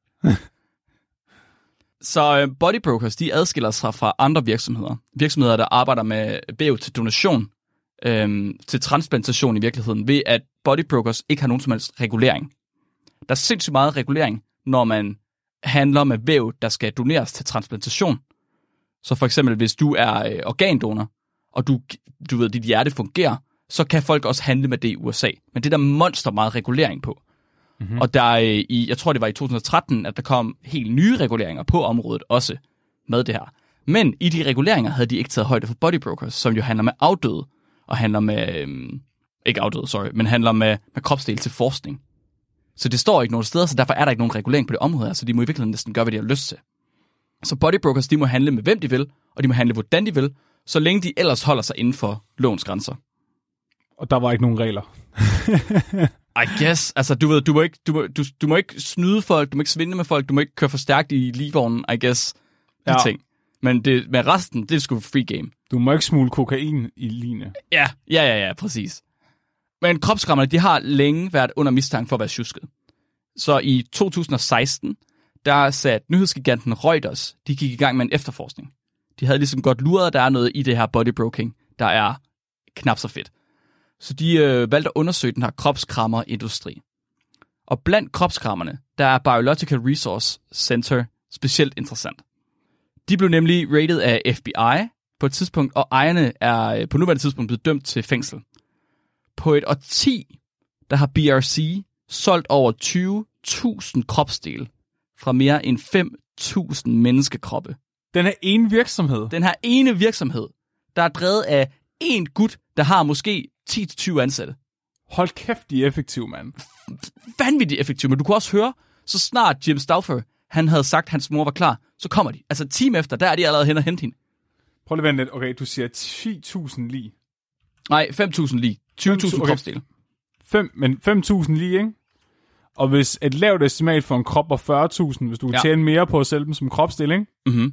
Så øh, bodybrokers, de adskiller sig fra andre virksomheder. Virksomheder, der arbejder med væv til donation, øh, til transplantation i virkeligheden, ved at bodybrokers ikke har nogen som helst regulering. Der er sindssygt meget regulering, når man handler med væv, der skal doneres til transplantation. Så for eksempel, hvis du er øh, organdonor, og du, du ved, dit hjerte fungerer, så kan folk også handle med det i U S A. Men det er der monster meget regulering på. Mm-hmm. Og der øh, i, jeg tror det var i to tusind og tretten, at der kom helt nye reguleringer på området også med det her. Men i de reguleringer havde de ikke taget højde for bodybrokers, som jo handler med afdøde, og handler med, øh, ikke afdøde, sorry, men handler med, med kropsdel til forskning. Så det står ikke nogen steder, så derfor er der ikke nogen regulering på det område her, så de må i virkeligheden næsten gøre, hvad de har lyst til. Så bodybrokers, de må handle med hvem de vil, og de må handle hvordan de vil, så længe de ellers holder sig inden for lovens grænser. Og der var ikke nogen regler. I guess. Altså, du ved, du må, ikke, du, må, du, du må ikke snyde folk, du må ikke svindle med folk, du må ikke køre for stærkt i ligevognen, I guess. De ja. ting. Men det, med resten, det er sgu free game. Du må ikke smule kokain i line. Ja, ja, ja, ja, præcis. Men kropsskræmmerne, de har længe været under mistanke for at være sjusket. Så i to tusind og seksten, der satte nyhedsgiganten Reuters, de gik i gang med en efterforskning. De havde ligesom godt luret, at der er noget i det her bodybroking, der er knap så fedt. Så de øh, valgte at undersøge den her kropskrammerindustri. Og blandt kropskrammerne, der er Biological Resource Center specielt interessant. De blev nemlig rated af F B I på et tidspunkt, og ejerne er på nuværende tidspunkt blevet dømt til fængsel. På et årti, der har B R C solgt over tyve tusind kropsdele fra mere end fem tusind menneskekroppe. Den er ene virksomhed? Den her ene virksomhed, der er drevet af en gut, der har måske ti til tyve ansatte. Hold kæft, de er effektive, mand. Vanvittigt effektive, men du kan også høre, så snart Jim Stauffer, han havde sagt, at hans mor var klar, så kommer de. Altså time efter, der er de allerede hen og hente hende. Prøv lige at vente lidt. Okay, du siger ti tusind lige. Nej, fem tusind lige. tyve tusind okay. Kropsdele. Fem, men fem tusind lige, ikke? Og hvis et lavt estimat for en krop var fyrre tusind, hvis du ja. tjener mere på at sælge dem som kropsdel, ikke? Mhm.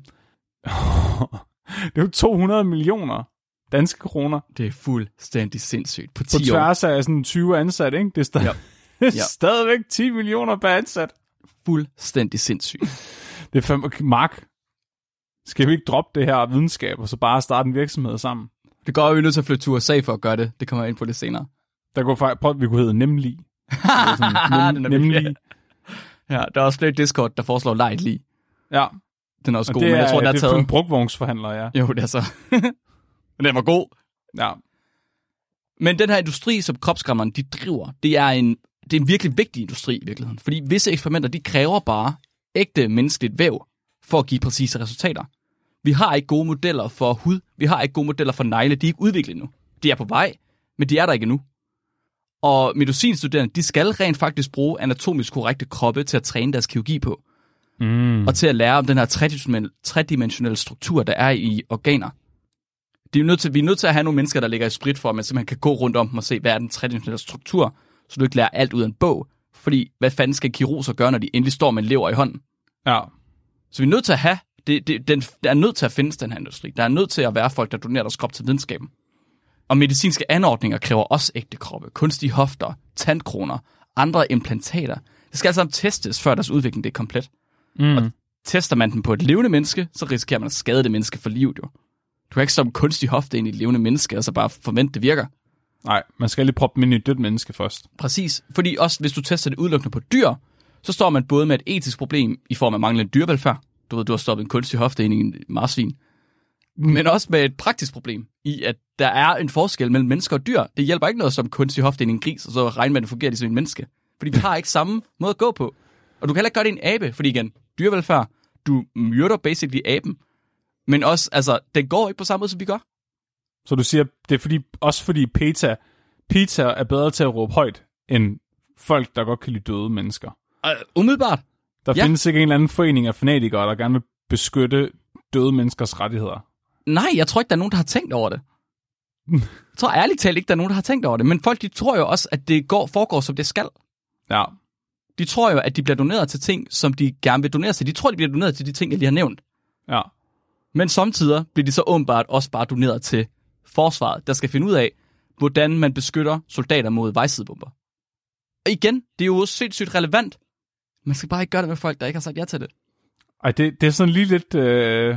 Det er jo to hundrede millioner danske kroner. Det er fuldstændig sindssygt. På ti år. På tværs af sådan tyve ansat, ikke? Det er, stadig, ja. Ja. stadigvæk ti millioner per ansat. Fuldstændig sindssygt. Det er fem... Mark, skal vi ikke droppe det her videnskab, og så bare starte en virksomhed sammen? Det går, at vi er nødt til at flytte til U S A for at gøre det. Det kommer jeg ind på det senere. Der går faktisk... Prøv, at vi kunne hedde Nemlig. Nem, nemlig. Ja, der er også flere Discord, der foreslår lejet lige. Ja. Den er også og god, det er, men jeg tror, der er det taget... Det er en brugvognsforhandler, ja. Jo, det er så. Men den var god. Ja. Men den her industri, som kropskrammerne, de driver, det er en, det er en virkelig vigtig industri i virkeligheden. Fordi visse eksperimenter, de kræver bare ægte menneskeligt væv for at give præcise resultater. Vi har ikke gode modeller for hud. Vi har ikke gode modeller for negle. De er ikke udviklet endnu. De er på vej, men de er der ikke endnu. Og medicinstuderende, de skal rent faktisk bruge anatomisk korrekte kroppe til at træne deres kirurgi på. Mm. Og til at lære om den her tredimensionelle struktur, der er i organer. De er nødt til, vi er nødt til at have nogle mennesker, der ligger i sprit for, at man simpelthen kan gå rundt om dem og se, hvad er den tredimensionelle struktur, så du ikke lærer alt ud af en bog. Fordi, hvad fanden skal kirurger gøre, når de endelig står med en lever i hånden? Ja. Så vi er nødt til at have, det, det, den, der er nødt til at findes den her industri. Der er nødt til at være folk, der donerer deres krop til videnskaben. Og medicinske anordninger kræver også ægte kroppe, kunstige hofter, tandkroner, andre implantater. Det skal altså testes, før deres udvikling det er komplet. Mm. Og tester man den på et levende menneske, så risikerer man at skade det menneske for livet, jo. Du kan ikke stoppe en kunstig hofte ind i et levende menneske, og så bare forvente, det virker. Nej, man skal lige proppe dem ind i et dødt menneske først. Præcis, fordi også hvis du tester det udelukkende på dyr, så står man både med et etisk problem i form af manglende dyrevelfærd. Du ved, du har stoppet en kunstig hofte ind i en marsvin. Men også med et praktisk problem i, at der er en forskel mellem mennesker og dyr. Det hjælper ikke noget som kunstig hofte ind i en gris, og så regne med, at det fungerer ligesom en menneske. Fordi vi har ikke samme måde at gå på. Og du kan heller ikke gøre det i en abe, fordi igen, dyrevelfærd, du myrder basically aben. Men også, altså, den går ikke på samme måde, som vi gør. Så du siger, det er fordi, også fordi PETA, PETA er bedre til at råbe højt, end folk, der godt kan lide døde mennesker. Uh, umiddelbart. Der ja. findes ikke en eller anden forening af fanatikere, der gerne vil beskytte døde menneskers rettigheder. Nej, jeg tror ikke, der er nogen, der har tænkt over det. Jeg tror ærligt talt ikke, der er nogen, der har tænkt over det. Men folk, de tror jo også, at det går, foregår, som det skal. Ja. De tror jo, at de bliver doneret til ting, som de gerne vil donere til. De tror, de bliver doneret til de ting, jeg lige har nævnt. Ja. Men samtidig bliver de så åbenbart også bare doneret til forsvaret, der skal finde ud af, hvordan man beskytter soldater mod vejsidebomber. Og igen, det er jo sindssygt relevant. Man skal bare ikke gøre det med folk, der ikke har sagt ja til det. Ej, det, det er sådan lige lidt... Øh...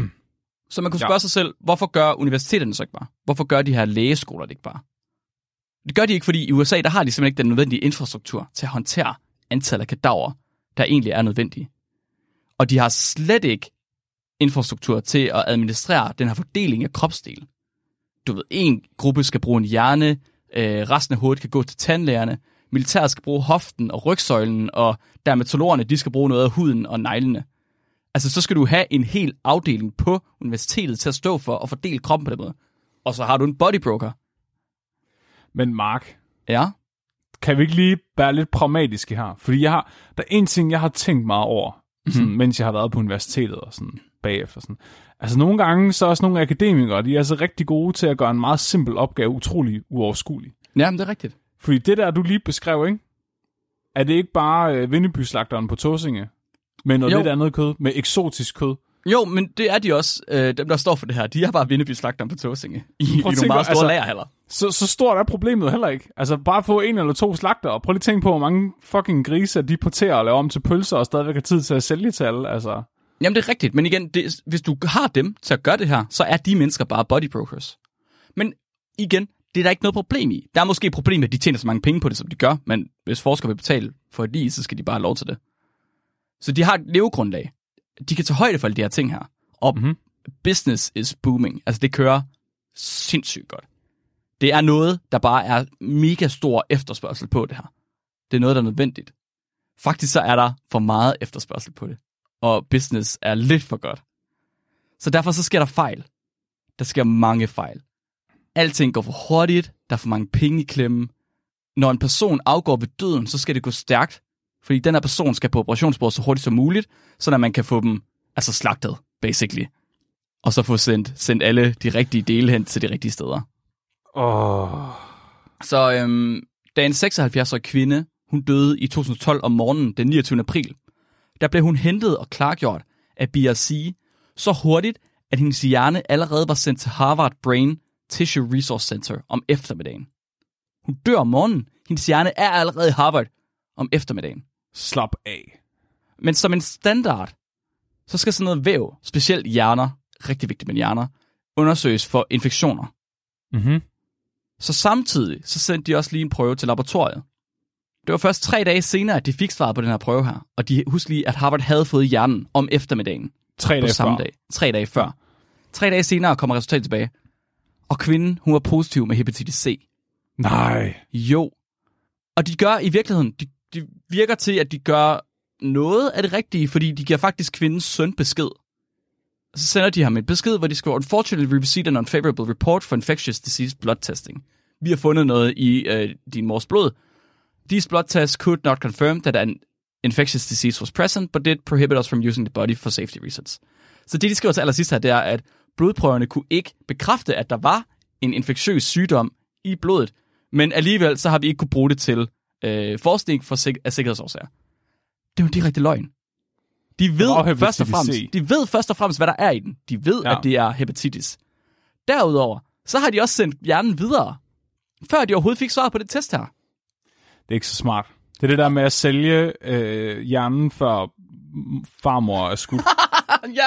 Så man kunne spørge ja. sig selv, hvorfor gør universiteterne så ikke bare? Hvorfor gør de her lægeskoler det ikke bare? Det gør de ikke, fordi i U S A, der har de simpelthen ikke den nødvendige infrastruktur til at håndtere antallet af kadaver, der egentlig er nødvendige. Og de har slet ikke infrastruktur til at administrere den her fordeling af kropsdele. Du ved, en gruppe skal bruge en hjerne, øh, resten af hovedet kan gå til tandlægerne, militæret skal bruge hoften og rygsøjlen, og dermatologerne, de skal bruge noget af huden og neglene. Altså, så skal du have en hel afdeling på universitetet til at stå for og fordele kroppen på den måde. Og så har du en bodybroker. Men Mark, ja? Kan vi ikke lige være lidt pragmatiske her? Fordi jeg har, der er en ting, jeg har tænkt meget over, mm-hmm. sådan, mens jeg har været på universitetet og sådan bagefter. Sådan. Altså nogle gange, så er også nogle akademikere, de er altså rigtig gode til at gøre en meget simpel opgave utrolig uoverskuelig. Jamen, det er rigtigt. Fordi det der, du lige beskrev, ikke? Er det ikke bare øh, Vindeby-slagteren på Tåsinge? Med noget jo. lidt andet kød, med eksotisk kød, Jo, men det er de også, øh, dem der står for det her. De er bare Vindeby-slagteren på Tåsinge. I, i nogle tænke, meget store altså, lagerhaller. Så, så stort er problemet heller ikke. Altså bare få en eller to slagter, og prøv lige at tænke på, hvor mange fucking grise de porterer og laver om til pølser, og stadigvæk har tid til at sælge til alle. Altså. Jamen det er rigtigt, men igen, det, hvis du har dem til at gøre det her, så er de mennesker bare bodybrokers. Men igen, det er der ikke noget problem i. Der er måske et problem, at de tjener så mange penge på det, som de gør, men hvis forskere vil betale for et lige, så skal de bare have lov til det. Så de har et levegrundlag. De kan tage højde for alle de her ting her. Og mm-hmm. business is booming. Altså det kører sindssygt godt. Det er noget, der bare er mega stor efterspørgsel på det her. Det er noget, der er nødvendigt. Faktisk så er der for meget efterspørgsel på det. Og business er lidt for godt. Så derfor så sker der fejl. Der sker mange fejl. Alting går for hurtigt. Der er for mange penge i klemme. Når en person afgår ved døden, så skal det gå stærkt. Fordi den her person skal på operationsbordet så hurtigt som muligt, så man kan få dem altså slagtet, basically. Og så få sendt, sendt alle de rigtige dele hen til de rigtige steder. Oh. Så øhm, da en seksoghalvfjerds-årig kvinde, hun døde i to tusind og tolv om morgenen den niogtyvende april, der blev hun hentet og klargjort af B R C så hurtigt, at hendes hjerne allerede var sendt til Harvard Brain Tissue Resource Center om eftermiddagen. Hun dør om morgenen. Hendes hjerne er allerede i Harvard om eftermiddagen. Slap af. Men som en standard, så skal sådan noget væv, specielt hjerner, rigtig vigtigt med hjerner, undersøges for infektioner. Mhm. Så samtidig, så sendte de også lige en prøve til laboratoriet. Det var først tre dage senere, at de fik svaret på den her prøve her. Og de husker lige, at Harvard havde fået hjernen om eftermiddagen. Tre dage samme før. Dag. Tre dage før. Tre dage senere kommer resultatet tilbage. Og kvinden, hun var positiv med hepatitis C. Nej. Jo. Og de gør i virkeligheden, de, de virker til, at de gør noget af det rigtige, fordi de giver faktisk kvindens søn besked. Så sender de ham en besked, hvor de skriver, Unfortunately, we received an unfavorable report for infectious disease blood testing. Vi har fundet noget i øh, din mors blod. These blood tests could not confirm that an infectious disease was present, but did prohibit us from using the body for safety reasons. Så det, de skriver til allersidst her, det er, at blodprøverne kunne ikke bekræfte, at der var en infektiøs sygdom i blodet, men alligevel så har vi ikke kunne bruge det til øh, forskning for sik- af sikkerhedsårsager. Det er jo direkte løgn. De ved, først og fremmest, de ved først og fremmest, hvad der er i den. De ved, ja. At det er hepatitis. Derudover, så har de også sendt hjernen videre, før de overhovedet fik svaret på det test her. Det er ikke så smart. Det er det der med at sælge øh, hjernen, før farmor er skudt. ja.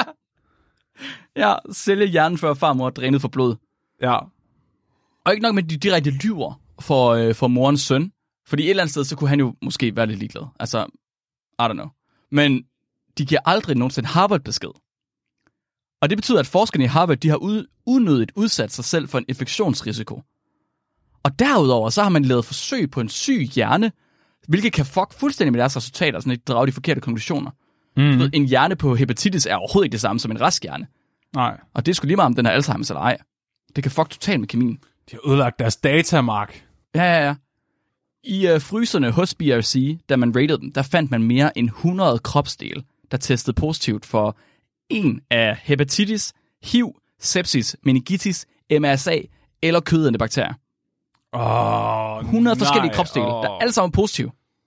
Ja, sælge hjernen, før farmor er drænet for blod. Ja. Og ikke nok med, at de direkte lyver for, øh, for morens søn. Fordi et eller andet sted, så kunne han jo måske være lidt ligeglad. Altså, I don't know. Men de giver aldrig nogensinde Harvard-besked. Og det betyder, at forskerne i Harvard, de har ud, unødigt udsat sig selv for en infektionsrisiko. Og derudover, så har man lavet forsøg på en syg hjerne, hvilket kan fuck fuldstændig med deres resultater, så de drager de forkerte konklusioner. Mm. Ved, en hjerne på hepatitis er overhovedet ikke det samme som en rask hjerne. Nej. Og det er sgu lige meget, om den er Alzheimer's eller ej. Det kan fuck totalt med kemien. De har ødelagt deres data, Mark. Ja, ja, ja. I øh, fryserne hos B R C, da man rated dem, der fandt man mere end hundrede kropsdele, der testede positivt for en af hepatitis, H I V, sepsis, meningitis, M R S A eller kødædende bakterier. Oh, hundrede nej, forskellige kropsdele, oh. der er alle sammen positive.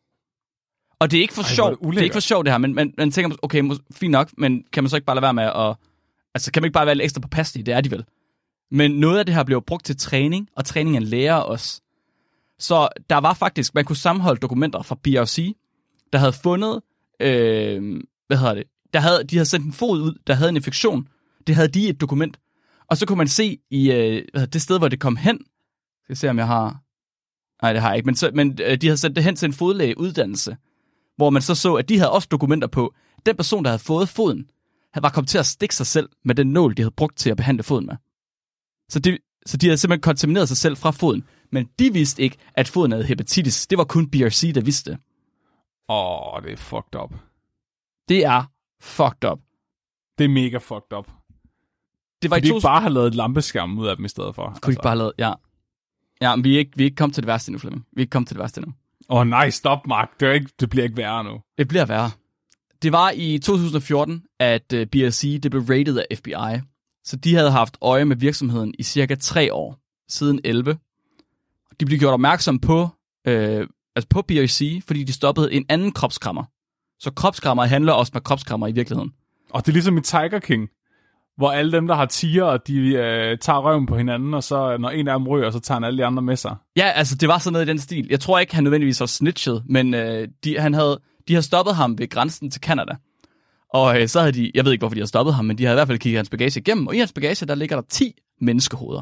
Og det er ikke for sjovt, det er ikke for sjovt det her, men man, man tænker, okay, fint nok, men kan man så ikke bare lade være med at, altså kan man ikke bare være lidt ekstra påpasselig, det er de vel. Men noget af det her bliver brugt til træning, og træningen lærer os. Så der var faktisk, man kunne sammenholde dokumenter fra B R C, der havde fundet, øh, hvad hedder det, der havde, de havde sendt en fod ud, der havde en infektion. Det havde de i et dokument. Og så kunne man se i øh, det sted, hvor det kom hen. Skal jeg se, om jeg har... Nej, det har jeg ikke. Men, så, men øh, de havde sendt det hen til en fodlægeuddannelse, hvor man så så, at de havde også dokumenter på, at den person, der havde fået foden, havde var kommet til at stikke sig selv med den nål, de havde brugt til at behandle foden med. Så de, så de havde simpelthen kontamineret sig selv fra foden. Men de vidste ikke, at foden havde hepatitis. Det var kun B R C, der vidste det. Åh, oh, det er fucked up. Det er fucked up. Det er mega fucked up. Det var Kunne de to... ikke bare have lavet et lampeskærm ud af dem i stedet for? Kunne altså. de ikke bare have lavet, ja. Ja, men vi er ikke, vi er ikke kommet til det værste endnu, Flemming. Vi er ikke kommet til det værste endnu. Åh oh, nej, stop, Mark. Det, er ikke, det bliver ikke værre nu. Det bliver værre. Det var i to tusind og fjorten, at uh, B R C det blev rated af F B I. Så de havde haft øje med virksomheden i cirka tre år, siden elleve. De blev gjort opmærksom på, øh, altså på B R C, fordi de stoppede en anden kropskrammer. Så kropskrammer handler også med kropskrammer i virkeligheden. Og det er ligesom i Tiger King, hvor alle dem, der har tiger, de øh, tager røven på hinanden, og så når en af dem ryger, så tager han alle de andre med sig. Ja, altså det var sådan noget i den stil. Jeg tror ikke, han nødvendigvis var snitchet, men øh, de, han havde, de havde stoppet ham ved grænsen til Canada. Og øh, så havde de, jeg ved ikke, hvorfor de havde stoppet ham, men de havde i hvert fald kigget hans bagage igennem, og i hans bagage, der ligger der ti menneskehoveder.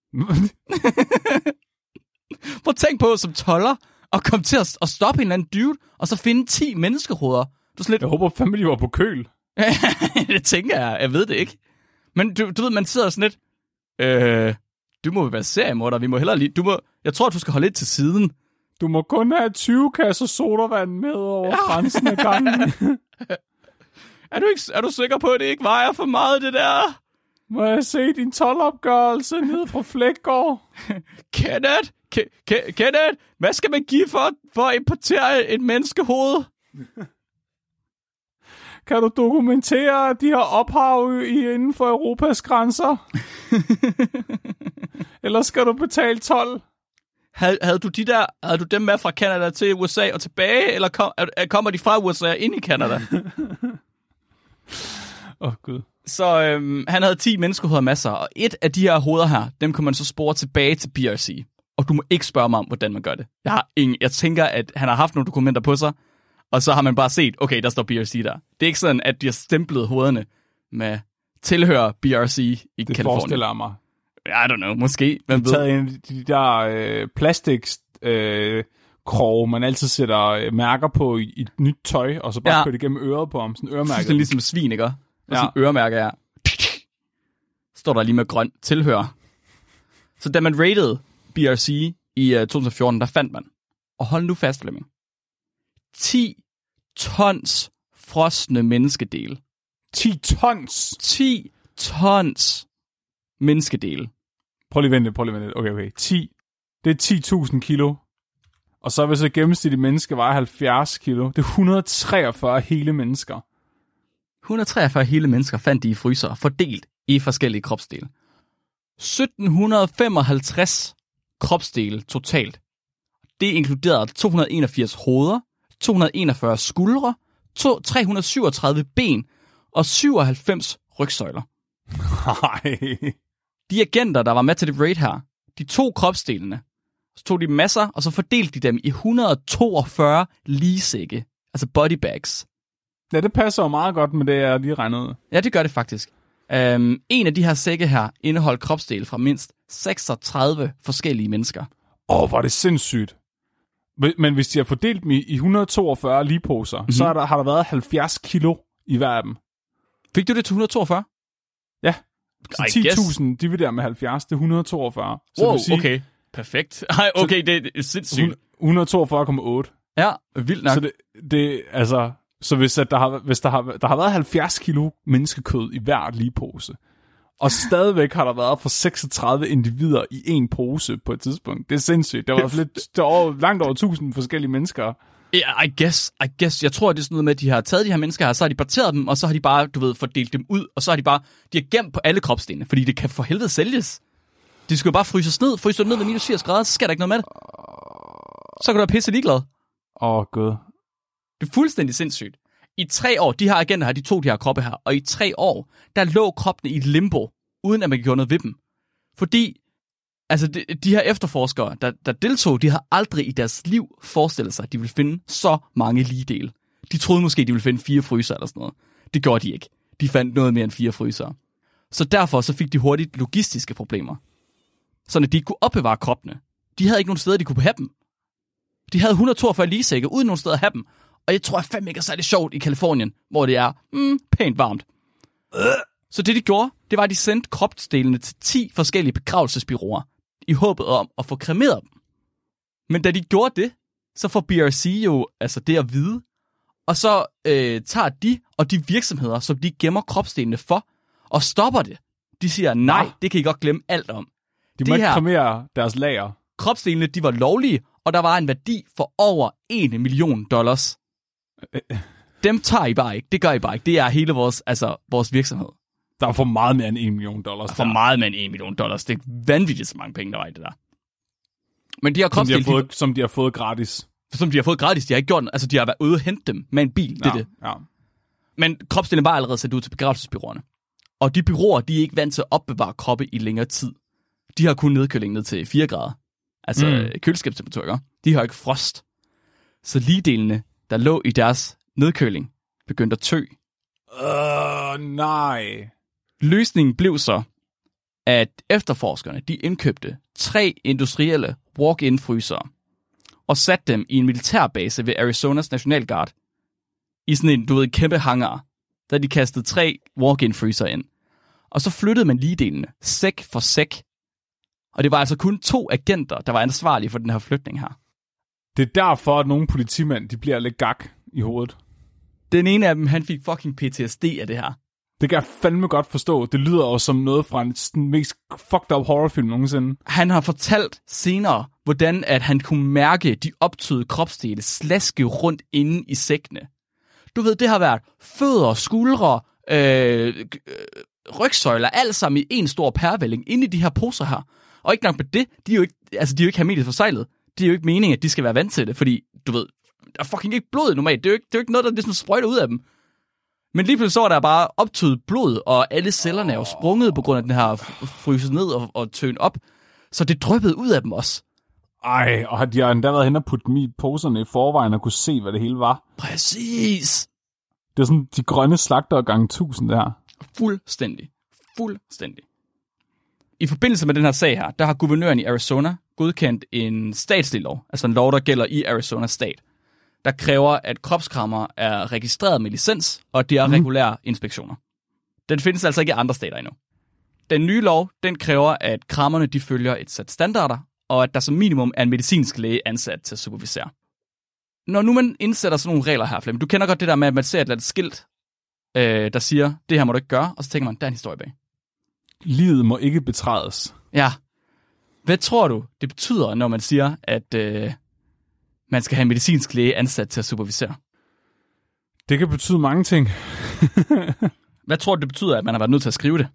Prøv at tænk på, som toller, at komme til at, at stoppe en eller anden dude, og så finde ti menneskehoveder. Du lidt... Jeg håber fandme, de var på køl. Det tænker jeg, jeg ved det ikke. Men du, du ved, man sidder sådan lidt, øh, du må være seriemorder, vi må hellere lige, du må, jeg tror, at du skal holde lidt til siden. Du må kun have tyve kasser sodavand med over ja. grænsen af gangen. er, du ikke, er du sikker på, at det ikke vejer for meget, det der? Må jeg se din toldopgørelse nede fra Flækgaard? Kenneth, Ke- Ke- Kenneth, hvad skal man give for, for at importere et menneskehoved? Kan du dokumentere, at de har ophav i inden for Europas grænser? Eller skal du betale told? Havde, havde du de der, havde du dem med fra Canada til U S A og tilbage, eller kom, kommer de fra U S A ind i Canada? Åh, oh, Gud. Så øhm, han havde ti menneskehoveder masser, og et af de her hoveder her, dem kan man så spore tilbage til B R C. Og du må ikke spørge mig om, hvordan man gør det. Jeg, har ingen, jeg tænker, at han har haft nogle dokumenter på sig, og så har man bare set, okay, der står B R C der. Det er ikke sådan, at de har stemplet hovederne med tilhører B R C i det Californien. Det forestiller mig. I don't know, måske. Man ved. Taget en af de der øh, plastik-kroge, øh, man altid sætter øh, mærker på i, i et nyt tøj, og så bare ja. kører det gennem øret på ham. Sådan øremærke. Sådan ligesom svin, ikke? Og ja. Sådan øremærke er. Står der lige med grøn tilhører. Så da man rated B R C i uh, to tusind og fjorten, der fandt man, og hold nu fast, Flemming, ti tons frosne menneskedele. ti tons? ti tons menneskedele. Prøv lige at vente, prøv lige at vente. Okay, okay. ti. Det er ti tusind kilo. Og så hvis et gennemsnitligt menneske vejer halvfjerds kilo. Det er et hundrede og treogfyrre hele mennesker. et hundrede og treogfyrre hele mennesker fandt de i fryser, fordelt i forskellige kropsdele. sytten femoghalvtreds kropsdele totalt. Det inkluderede to hundrede og enogfirs hoveder, to hundrede og enogfyrre skuldre, tre hundrede og syvogtredive ben og syvoghalvfems rygsøjler. Nej. De agenter, der var med til det raid her, de tog kropsdelene, så tog de masser, og så fordelte de dem i et hundrede og toogfyrre ligsække, altså bodybags. Ja, det passer jo meget godt med det, jeg lige regnede. Ja, det gør det faktisk. Um, en af de her sække her indeholdt kropsdele fra mindst seksogtredive forskellige mennesker. Åh, oh, hvor er det sindssygt. Men hvis de har fordelt dem i et hundrede og toogfyrre ligeposer, mm-hmm. så er der, har der været halvfjerds kilo i hver af dem. Fik du det til et hundrede og toogfyrre? Ja. Så ti tusind divideret med halvfjerds, det er et hundrede og toogfyrre. Så wow, det vil sige, okay. Perfekt. Ej, okay, det er sindssygt. et hundrede og toogfyrre komma otte. Ja, vildt nok. Så det, det altså... Så hvis, at der, har, hvis der, har, der har været halvfjerds kilo menneskekød i hver ligepose, og stadigvæk har der været for seksogtredive individer i en pose på et tidspunkt. Det er sindssygt. Der var lidt, der var langt over tusind forskellige mennesker. Yeah, I guess, I guess. Jeg tror, det er sådan noget med, at de har taget de her mennesker her, så har de parteret dem, og så har de bare, du ved, fordelt dem ud, og så har de bare, de har gemt på alle kropsdelene, fordi det kan for helvede sælges. De skal jo bare fryses ned, fryse ned ved minus firs grader, så sker der ikke noget med det. Så kan du være pisse ligeglad. Åh, oh, gud. Det er fuldstændig sindssygt. I tre år, de her agenter her, de tog de her kroppe her, og i tre år, der lå kroppene i et limbo, uden at man gjorde noget ved dem. Fordi, altså de, de her efterforskere, der, der deltog, de har aldrig i deres liv forestillet sig, at de ville finde så mange ligedele. De troede måske, de ville finde fire fryser eller sådan noget. Det gjorde de ikke. De fandt noget mere end fire fryser. Så derfor så fik de hurtigt logistiske problemer. Sådan at de ikke kunne opbevare kroppene. De havde ikke nogen steder, de kunne have dem. De havde et hundrede og toogfyrre ligesække, uden nogen steder at have dem. Og jeg tror jeg fandme ikke er særlig sjovt i Californien, hvor det er mm, pænt varmt. Så det de gjorde, det var, at de sendte kropsdelene til ti forskellige begravelsesbyråer, i håbet om at få kremeret dem. Men da de gjorde det, så får B R C jo altså det at vide, og så øh, tager de og de virksomheder, som de gemmer kropsdelene for, og stopper det. De siger, nej, ja. Det kan I godt glemme alt om. De må ikke kremere deres lager. Kropsdelene, de var lovlige, og der var en værdi for over en million dollars. Dem tager I bare ikke. Det gør I bare ikke. Det er hele vores, altså, vores virksomhed. Der er for meget mere end en million dollars. Der er for der. meget mere end en million dollars. Det er vanvittigt så mange penge, der var i det der. Men de har som, de har fået, de, som de har fået gratis. Som de har fået gratis. De har ikke gjort, altså de har været ude og hente dem med en bil. Det ja, er det. Ja. Men kropsdelen var allerede sat ud til begravelsesbyråerne. Og de byråer, de er ikke vant til at opbevare kroppe i længere tid. De har kun nedkøling ned til fire grader. Altså mm. køleskabstemperatur, ikke? De har ikke frost. Så ligdelene, der lå i deres nedkøling, begyndte at tø. Øh, nej. Løsningen blev så, at efterforskerne, de indkøbte tre industrielle walk-in frysere og satte dem i en militærbase ved Arizonas National Guard i sådan en, du ved, kæmpe hangar, der de kastede tre walk-in frysere ind. Og så flyttede man ligdelene, sæk for sæk. Og det var altså kun to agenter, der var ansvarlige for den her flytning her. Det er derfor, at nogle politimænd, de bliver lidt gak i hovedet. Den ene af dem, han fik fucking P T S D af det her. Det kan jeg fandme godt forstå. Det lyder også som noget fra en mest fucked up horrorfilm nogensinde. Han har fortalt senere, hvordan at han kunne mærke de optøede kropsdele slaske rundt inde i sækkene. Du ved, det har været fødder, skuldre, øh, rygsøjler, alt sammen i en stor pærevælling inde i de her poser her. Og ikke nok med det, de er jo ikke, altså de er jo ikke hermetisk forseglet. Det er jo ikke meningen, at de skal være vant til det, fordi, du ved, der er fucking ikke blod normalt. Det er jo ikke, det er jo ikke noget, der ligesom sprøjter ud af dem. Men lige pludselig så var der bare optøet blod, og alle cellerne er jo sprunget på grund af den her fryset ned og, og tøen op. Så det dryppede ud af dem også. Ej, og de har endda været hen og putte dem i poserne i forvejen og kunne se, hvad det hele var. Præcis. Det er sådan de grønne slagter gange tusind der. Fuldstændig. Fuldstændig. I forbindelse med den her sag her, der har guvernøren i Arizona godkendt en statslig lov, altså en lov, der gælder i Arizona stat, der kræver, at kropskrammer er registreret med licens, og det er mm. regulære inspektioner. Den findes altså ikke i andre stater endnu. Den nye lov, den kræver, at krammerne de følger et sæt standarder, og at der som minimum er en medicinsk læge ansat til at supervisere. Når nu man indsætter sådan nogle regler her, Flemming, du kender godt det der med, at man ser et eller andet skilt, øh, der siger, det her må du ikke gøre, og så tænker man, der er en historie bag. Livet må ikke betrædes. Ja. Hvad tror du, det betyder, når man siger, at øh, man skal have en medicinsk læge ansat til at supervisere? Det kan betyde mange ting. Hvad tror du, det betyder, at man har været nødt til at skrive det?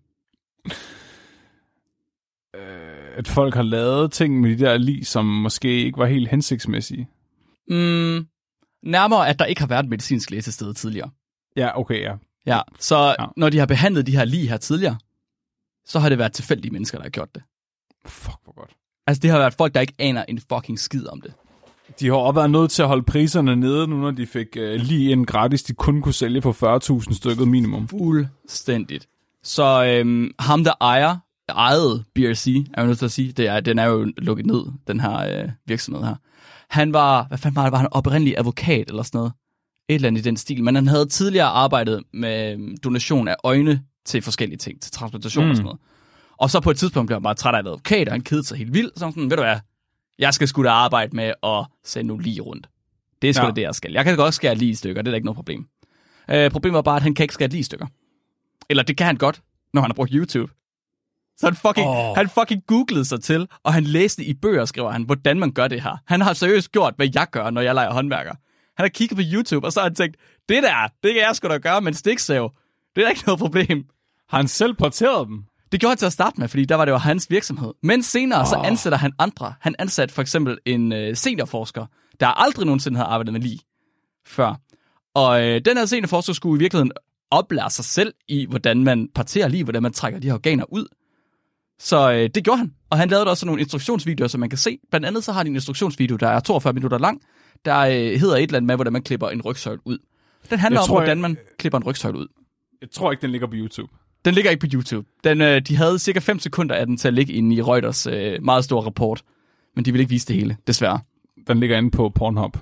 At folk har lavet ting med de der lig, som måske ikke var helt hensigtsmæssige. Mm, nærmere, at der ikke har været medicinsk læge til stede tidligere. Ja, okay, ja. Ja, så ja. Når de har behandlet de her lig her tidligere, så har det været tilfældige mennesker, der har gjort det. Fuck, hvor godt. Altså, det har været folk, der ikke aner en fucking skid om det. De har også været nødt til at holde priserne nede, nu når de fik uh, lige en gratis, de kun kunne sælge for fyrre tusind stykket minimum. Fuldstændigt. Så øhm, ham, der ejer, ejede B R C, er jeg nødt til at sige, det er, den er jo lukket ned, den her øh, virksomhed her. Han var, hvad fanden var det, var han oprindelig advokat eller sådan noget? Et eller andet i den stil, men han havde tidligere arbejdet med donation af øjne til forskellige ting, til transplantation mm. og sådan noget. Og så på et tidspunkt blev han bare træt af advokat, og han kedede sig helt vildt, så sådan, ved du hvad, jeg skal sgu da arbejde med at sende nogle lige rundt. Det er sgu ja. da det, jeg skal. Jeg kan godt skære lige i stykker, det er da ikke noget problem. Øh, problemet var bare, at han kan ikke skære lige i stykker. Eller det kan han godt, når han har brugt YouTube. Så han fucking, oh. han fucking googlede sig til, og han læste i bøger, skriver han, hvordan man gør det her. Han har seriøst gjort, hvad jeg gør, når jeg leger håndværker. Han har kigget på YouTube, og så har han tænkt, det der, det kan jeg sgu da gøre med en stiksav. Det er da ikke noget problem. Har han selv porteret dem? Det gjorde han til at starte med, fordi der var det jo hans virksomhed. Men senere oh. så ansætter han andre. Han ansat for eksempel en øh, seniorforsker, der aldrig nogensinde havde arbejdet med lig før. Og øh, den her seniorforsker skulle i virkeligheden oplære sig selv i, hvordan man parterer lig, hvordan man trækker de her organer ud. Så øh, det gjorde han. Og han lavede også nogle instruktionsvideoer, som man kan se. Blandt andet så har de en instruktionsvideo, der er toogfyrre minutter lang, der øh, hedder et eller andet med, hvordan man klipper en rygsøjle ud. Den handler jeg om, tror, hvordan man jeg... klipper en rygsøjle ud. Jeg tror ikke, den ligger på YouTube. Den ligger ikke på YouTube. Den, øh, de havde cirka fem sekunder af den til at ligge inde i Reuters øh, meget store rapport. Men de ville ikke vise det hele, desværre. Den ligger inde på Pornhub.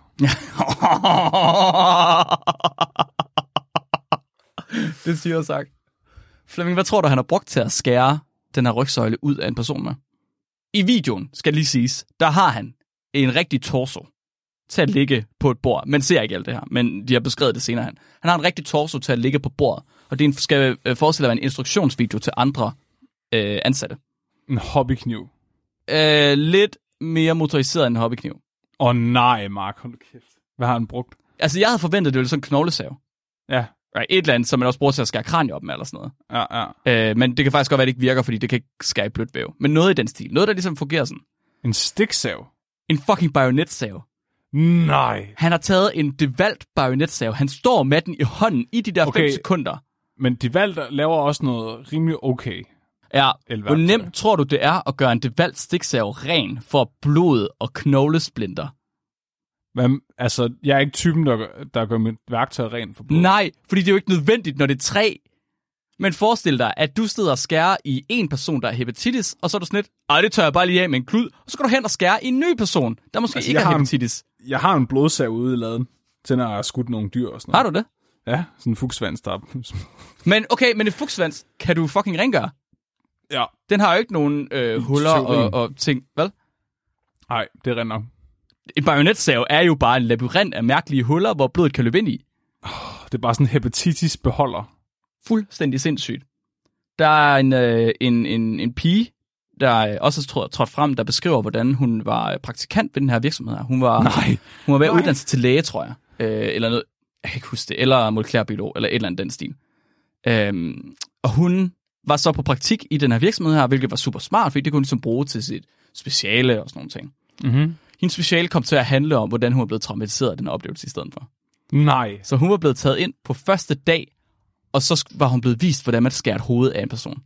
Det siger jeg sagt. Flemming, hvad tror du, han har brugt til at skære den her rygsøjle ud af en person med? I videoen, skal lige siges, der har han en rigtig torso til at ligge på et bord. Man ser ikke alt det her, men de har beskrevet det senere. Han, han har en rigtig torso til at ligge på bordet, og det skal forestille at være en instruktionsvideo til andre øh, ansatte. En hobbykniv. Øh, lidt mere motoriseret end en hobbykniv. Åh oh, nej, Mark, hold kæft. Hvad har han brugt? Altså, jeg havde forventet, at det ville sådan en knoglesav. Ja. Et eller andet, som man også bruger til at skære kranie op med, eller sådan noget. Ja, ja. Øh, men det kan faktisk godt være, at det ikke virker, fordi det kan ikke skære i blødt væv. Men noget i den stil. Noget, der ligesom fungerer sådan. En stiksav? En fucking bajonetsav. Nej. Han har taget en DeWalt bajonetsav. Han står med den i hånden i de der Okay. fem sekunder. Men DeWalt laver også noget rimelig okay. Ja, elværktøj. hvor nemt tror du, det er at gøre en DeWalt stiksav ren for blod og knoglesplinter? Men, altså, jeg er ikke typen, der, der gør mit værktøj rent for blod. Nej, fordi det er jo ikke nødvendigt, når det er tre. Men forestil dig, at du sidder og skærer i en person, der har hepatitis, og så er du sådan lidt, ej, det tør jeg bare lige af med en klud, og så går du hen og skærer i en ny person, der måske Altså, ikke jeg har har en- hepatitis. Jeg har en blodsav ude i laden, til når jeg har skudt nogle dyr og sådan Har noget. du det? Ja, sådan en fugtsvans, der Men okay, men et fugtsvans kan du fucking rengøre. Ja. Den har jo ikke nogen øh, huller teorien. og, og ting, vel? Nej, det er rent nok. En bajonetsav er jo bare en labyrint af mærkelige huller, hvor blodet kan løbe ind i. Det er bare sådan en hepatitis-beholder. Fuldstændig sindssygt. Der er en, øh, en, en, en pige, der også er trådt frem, der beskriver, hvordan hun var praktikant ved den her virksomhed her. Hun var, Nej. hun var ved at Nej. uddanne sig til læge, tror jeg. Øh, eller noget, jeg kan ikke huske det. Eller molekylærbiolog, eller et eller andet den stil. Øhm, og hun var så på praktik i den her virksomhed her, hvilket var super smart, fordi det kunne hun ligesom bruge til sit speciale og sådan nogle ting. Mm-hmm. Hendes speciale kom til at handle om, hvordan hun var blevet traumatiseret af den oplevelse i stedet for. Nej. Så hun var blevet taget ind på første dag, og så var hun blevet vist, hvordan man skærer et hoved af en person.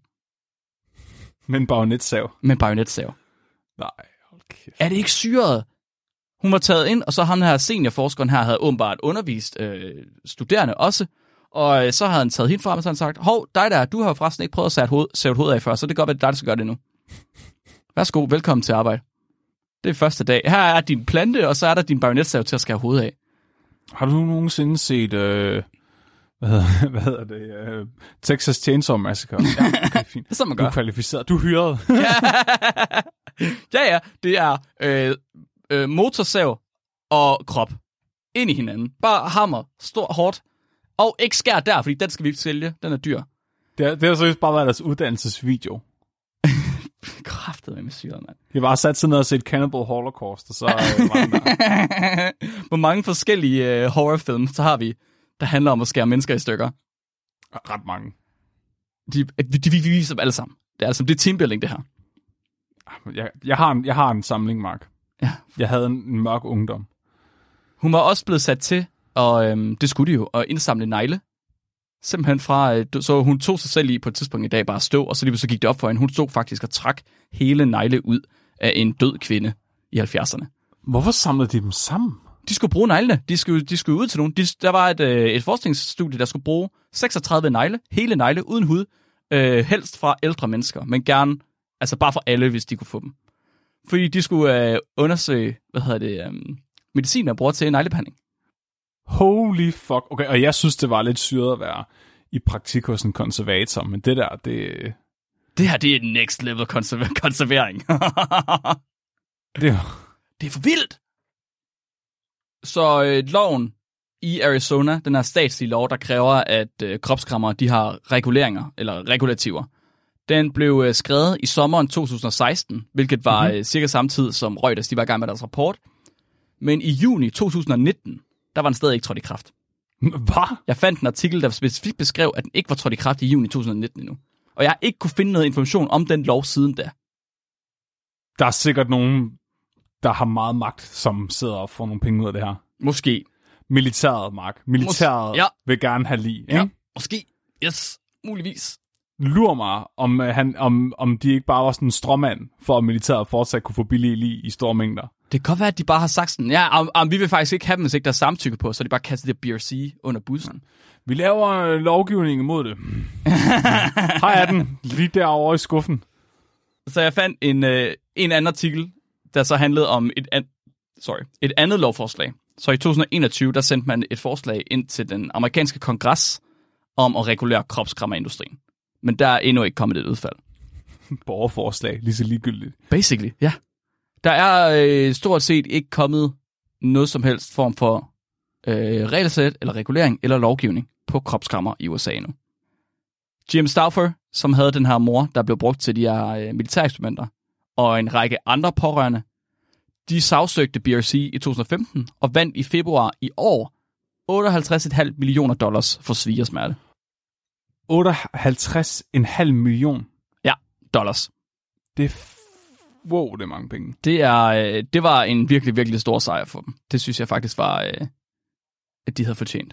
Men bajonetsav. Med en bajonetsav. Nej, hold kæft. Er det ikke syret? Hun var taget ind, og så ham her seniorforskeren her havde åbenbart undervist øh, studerende også. Og øh, så havde han taget hende frem, og så havde han sagt, hov, dig der, du har jo forresten ikke prøvet at sæve et hoved, sæve et hoved af før, så det kan godt være, det er dig, der skal gøre det nu. Værsgo, velkommen til arbejde. Det er første dag. Her er din plante, og så er der din bajonetsav til at skære hovedet af. Har du nogensinde set, øh, hvad, hedder, hvad hedder det, øh, Texas Chainsaw Massacre? Ja, okay, fint. Det er sådan, man Du gør. er kvalificeret. Du er hyret. ja, ja, det er øh, øh, motorsav og krop ind i hinanden. Bare hammer, stor, hårdt. Og ikke skær der, fordi den skal vi ikke sælge. Den er dyr. Det har, det har seriøst bare været deres uddannelsesvideo. Kræftet med syret, mand. Jeg har bare sat sådan noget og set Cannibal Holocaust, og så øh, var den der. Hvor mange forskellige øh, horrorfilm, så har vi, der handler om at skære mennesker i stykker. Ret mange. De, de, de, vi viser dem alle sammen. Det er, altså, det er teambuilding, det her. Jeg, jeg, har en, jeg har en samling, Mark. Ja. Jeg havde en, en mørk ungdom. Hun var også blevet sat til, og øhm, det skulle de jo, at indsamle negle. Simpelthen fra, øh, så hun tog sig selv i på et tidspunkt i dag bare at stå, og så lige så gik det op for hende. Hun stod faktisk og trak hele negle ud af en død kvinde i halvfjerdserne. Hvorfor samlede de dem sammen? De skulle bruge neglene. De skulle, de skulle ud til nogen. De, der var et, øh, et forskningsstudie, der skulle bruge seksogtredive negle, hele negle, uden hud. Øh, helst fra ældre mennesker, men gerne, altså bare for alle, hvis de kunne få dem. Fordi de skulle øh, undersøge, hvad hedder det, øh, medicin, der bruger til neglebehandling. Holy fuck. Okay, og jeg synes, det var lidt syret at være i praktik hos en konservator, men det der, det... Det her, det er next level konserver- konservering. det Det er for vildt! Så øh, loven i Arizona, den her statslige lov, der kræver, at øh, kropskrammer, de har reguleringer, eller regulativer, den blev øh, skrevet i sommeren to tusind og seksten, hvilket var mm-hmm. øh, cirka samtidig som Reuters, de var i gang med deres rapport. Men i juni to tusind og nitten, der var den stadig ikke trådt i kraft. Hvad? Jeg fandt en artikel, der specifikt beskrev, at den ikke var trådt i kraft i juni to tusind og nitten endnu. Og jeg har ikke kunne finde noget information om den lov siden da. Der er sikkert nogen, der har meget magt, som sidder og får nogle penge ud af det her. Måske. Militæret, Mark. Militæret Mås- ja. vil gerne have lige. Ja, Ikke? måske. Yes, muligvis. Lur mig, om, øh, han, om, om de ikke bare var sådan en stråmand, for at militæret fortsat kunne få billige lige i store mængder. Det kan godt være, at de bare har sagt sådan, ja, om, om vi vil faktisk ikke have dem, hvis ikke der er samtykke på, så de bare kaster det B R C under bussen. Vi laver øh, lovgivning imod det. Her er den, lige derovre i skuffen. Så jeg fandt en, øh, en anden artikel, der så handlede om et, an, sorry, et andet lovforslag. Så i to tusind og enogtyve, der sendte man et forslag ind til den amerikanske kongres om at regulere kropskrammerindustrien. Men der er endnu ikke kommet et udfald. Borgerforslag, lige så ligegyldigt. Basically, ja. Der er øh, stort set ikke kommet noget som helst form for øh, regelsæt, eller regulering, eller lovgivning på kropskrammer i U S A endnu. Jim Stauffer, som havde den her mor, der blev brugt til de her øh, militæreksperimenter, og en række andre pårørende, de sagsøgte B R C i to tusind og femten, og vandt i februar i år otteoghalvtreds komma fem millioner dollars for svigersmerte. otteoghalvtreds komma fem million. Ja, dollars. Det er f- Wow, det er mange penge. Det, er, øh, det var en virkelig, virkelig stor sejr for dem. Det synes jeg faktisk var, øh, at de havde fortjent.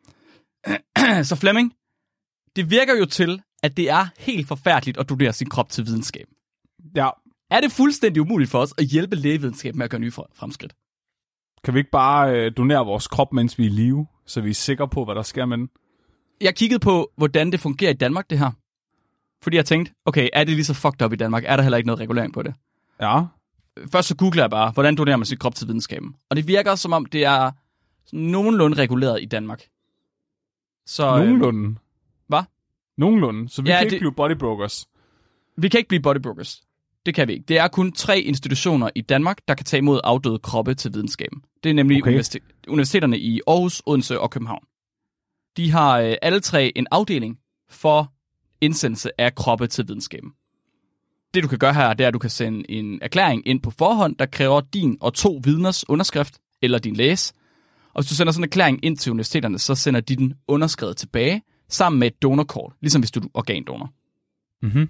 Så Flemming, det virker jo til, at det er helt forfærdeligt at donere sin krop til videnskab. Ja. Er det fuldstændig umuligt for os at hjælpe lægevidenskab med at gøre nye fremskridt? Kan vi ikke bare øh, donere vores krop, mens vi er i live, så vi er sikre på, hvad der sker med den? Jeg kiggede på, hvordan det fungerer i Danmark, det her. Fordi jeg tænkte, okay, er det lige så fucked up i Danmark? Er der heller ikke noget regulering på det? Ja. Først så googler jeg bare, hvordan donerer man sin krop til videnskaben? Og det virker som om, det er nogenlunde reguleret i Danmark. Så, Nogenlunde? Øh, hvad? Nogenlunde? Så vi ja, kan ikke det... blive bodybrokers? Vi kan ikke blive bodybrokers. Det kan vi ikke. Det er kun tre institutioner i Danmark, der kan tage imod afdøde kroppe til videnskaben. Det er nemlig okay. universitet- universiteterne i Aarhus, Odense og København. De har øh, alle tre en afdeling for indsendelse af kroppe til videnskaben. Det du kan gøre her, det er, at du kan sende en erklæring ind på forhånd, der kræver din og to vidners underskrift, eller din læge. Og hvis du sender sådan en erklæring ind til universiteterne, så sender de den underskrevet tilbage, sammen med et donorkort, ligesom hvis du er organdonor. Mhm.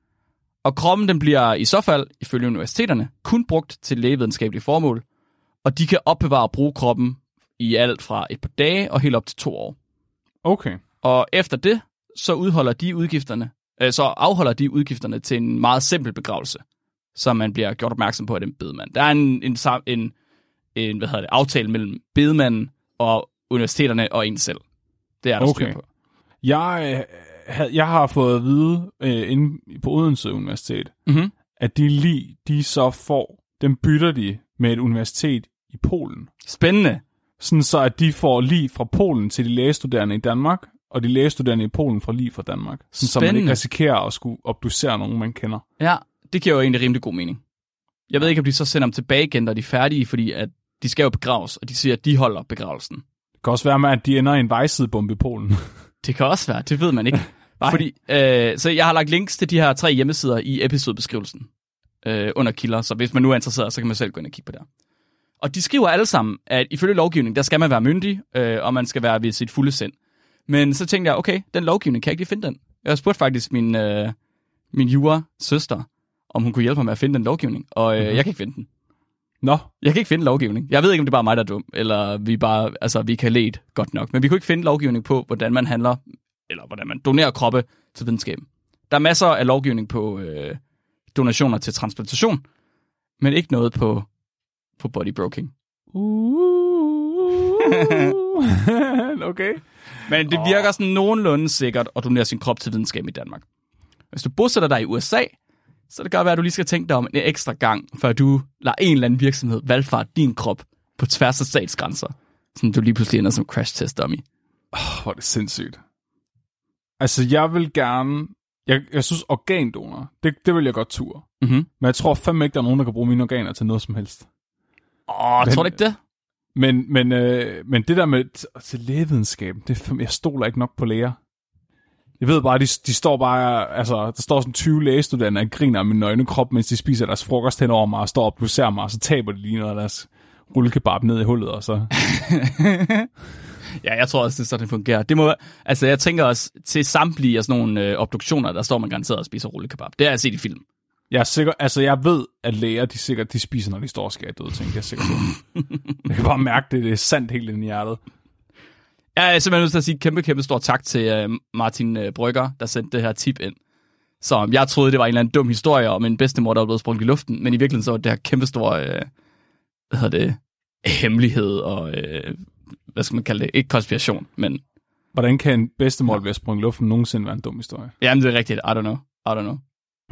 Og kroppen den bliver i så fald, ifølge universiteterne, kun brugt til lægevidenskabelige formål, og de kan opbevare og bruge kroppen i alt fra et par dage og helt op til to år. Okay. Og efter det, så udholder de udgifterne, øh, så afholder de udgifterne til en meget simpel begravelse, så man bliver gjort opmærksom på af den bedemand. Der er en, en, en, en hvad hedder det, aftale mellem bedemanden og universiteterne og en selv. Det er der okay. styr på. Jeg, jeg har fået at vide øh, inde på Odense Universitet, Mm-hmm. at de lige de så får, dem bytter de med et universitet i Polen. Spændende. Sådan så, at de får lige fra Polen til de lægestuderende i Danmark, og de lægestuderende i Polen får lige fra Danmark. Sådan, så man ikke risikerer at skulle obducere nogen, man kender. Ja, det giver jo egentlig rimelig god mening. Jeg ved ikke, om de så sender dem tilbage igen, når de er færdige, fordi at de skal jo begraves, og de siger, at de holder begravelsen. Det kan også være med, at de ender i en vejsidebombe i Polen. Det kan også være, det ved man ikke. Fordi, øh, så jeg har lagt links til de her tre hjemmesider i episodebeskrivelsen øh, under kilder, så hvis man nu er interesseret, så kan man selv gå ind og kigge på det. Og de skriver alle sammen, at ifølge lovgivning, der skal man være myndig, øh, og man skal være ved sit fulde sind. Men så tænkte jeg, okay, den lovgivning, kan jeg ikke lige finde den? Jeg spurgte faktisk min, øh, min jura-søster, om hun kunne hjælpe mig med at finde den lovgivning, og øh, mm-hmm. jeg kan ikke finde den. Nå. Jeg kan ikke finde lovgivning. Jeg ved ikke, om det er bare mig, der er dum, eller vi bare, altså, vi kan lede godt nok. Men vi kunne ikke finde lovgivning på, hvordan man handler, eller hvordan man donerer kroppe til videnskaben. Der er masser af lovgivning på øh, donationer til transplantation, men ikke noget på, på bodybroking. Okay. Men det virker sådan nogenlunde sikkert at donere sin krop til videnskab i Danmark. Hvis du bosætter dig i U S A, så det kan være, at du lige skal tænke dig om en ekstra gang, før du lader en eller anden virksomhed valgfarte din krop på tværs af statsgrænser, så du lige pludselig ender som crash test dummy. Oh, hvor er det sindssygt. Altså, jeg vil gerne... Jeg, jeg synes, organdonor, det, det vil jeg godt ture. Mm-hmm. Men jeg tror fandme ikke, der er nogen, der kan bruge mine organer til noget som helst. Åh, oh, tror du ikke det? Men, men, øh, men det der med til lægevidenskab, det, jeg stoler ikke nok på læger. Jeg ved bare, de, de står bare, altså, der står sådan tyve lægestuderende og griner af min nøgne krop, mens de spiser deres frokost hen over mig og står og obducerer mig, og så taber de lige noget af deres rullekebab ned i hullet, og så... Ja, jeg tror også, det er sådan, det fungerer. Det må, altså, jeg tænker også, til samtlige af sådan nogle øh, obduktioner, der står man garanteret og spiser rullekebab. Det har jeg set i film. Jeg er sikker, altså jeg ved, at læger, de sikkert, de spiser, når de står og skærer døde ting. Jeg er sikker på. Jeg kan bare mærke det, det er sandt helt ind i hjertet. Jeg er simpelthen nødt til at sige kæmpe, kæmpe stor tak til uh, Martin uh, Brygger, der sendte det her tip ind. Så jeg troede, det var en eller anden dum historie om en bedstemor, der var blevet sprunget i luften, men i virkeligheden så var det her kæmpe store, uh, hvad hedder det, hemmelighed og, uh, hvad skal man kalde det, ikke konspiration, men... Hvordan kan en bedstemor, der bliver sprunget i luften, nogensinde være en dum historie? Jamen, det er rigtigt. I don't know. I don't know.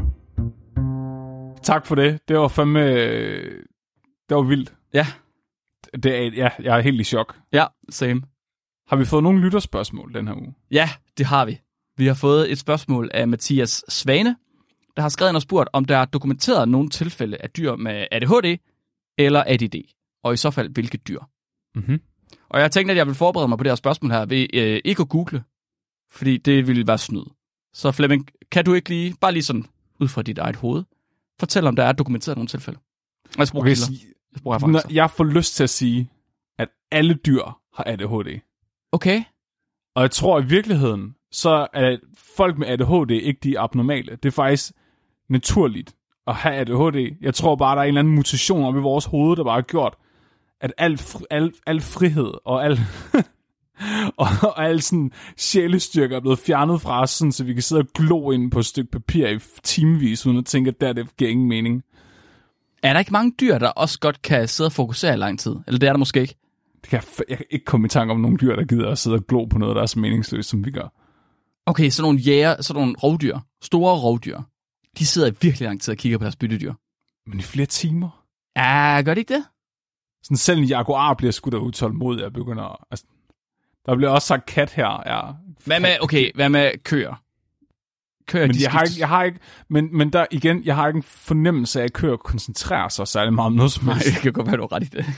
Tak for det. Det var fandme... Det var vildt. Ja. Det er, ja, jeg er helt i chok. Ja, same. Har vi fået nogle lytterspørgsmål den her uge? Ja, det har vi. Vi har fået et spørgsmål af Mathias Svane, der har skrevet og spurgt, om der er dokumenteret nogle tilfælde af dyr med A D H D eller A D D, og i så fald hvilke dyr. Mhm. Og jeg tænkte, at jeg vil forberede mig på det her spørgsmål her ved øh, ikke at google, fordi det ville være snyd. Så Flemming, kan du ikke lige, bare lige sådan ud fra dit eget hoved, fortælle, om der er dokumenteret nogle tilfælde? Jeg bruger okay, kilder. Jeg, bruger når jeg får lyst til at sige, at alle dyr har A D H D. Okay. Og jeg tror i virkeligheden, så er folk med A D H D ikke de abnormale. Det er faktisk naturligt at have A D H D. Jeg tror bare, der er en eller anden mutation op i vores hoved, der bare har gjort, at al, fri, al, al frihed og al, og, og al sådan sjælestyrke er blevet fjernet fra os, sådan, så vi kan sidde og glo ind på et stykke papir i timevis, uden at tænke, at der det giver ingen mening. Er der ikke mange dyr, der også godt kan sidde og fokusere i lang tid? Eller det er der måske ikke? Det kan jeg, jeg kan ikke komme i tanke om nogle dyr, der gider at sidde og glo på noget, der er så meningsløst, som vi gør. Okay, så nogle jæger, så nogle rovdyr, store rovdyr, de sidder i virkelig lang tid og kigger på deres byttedyr. Men i flere timer? Ja, gør de ikke det? Sådan selv en jaguar bliver sgu da utålmodig og begynder... Altså, der bliver også sagt kat her. Ja. Hvad med, okay, hvad med køer? Køer, men de jeg har ikke, jeg har ikke, men, men der igen, jeg har ikke en fornemmelse af, at køer koncentrerer sig særlig meget om noget som helst. Nej, det kan godt være, du har ret i det.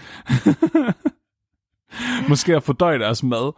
Måske at fordøje deres mad.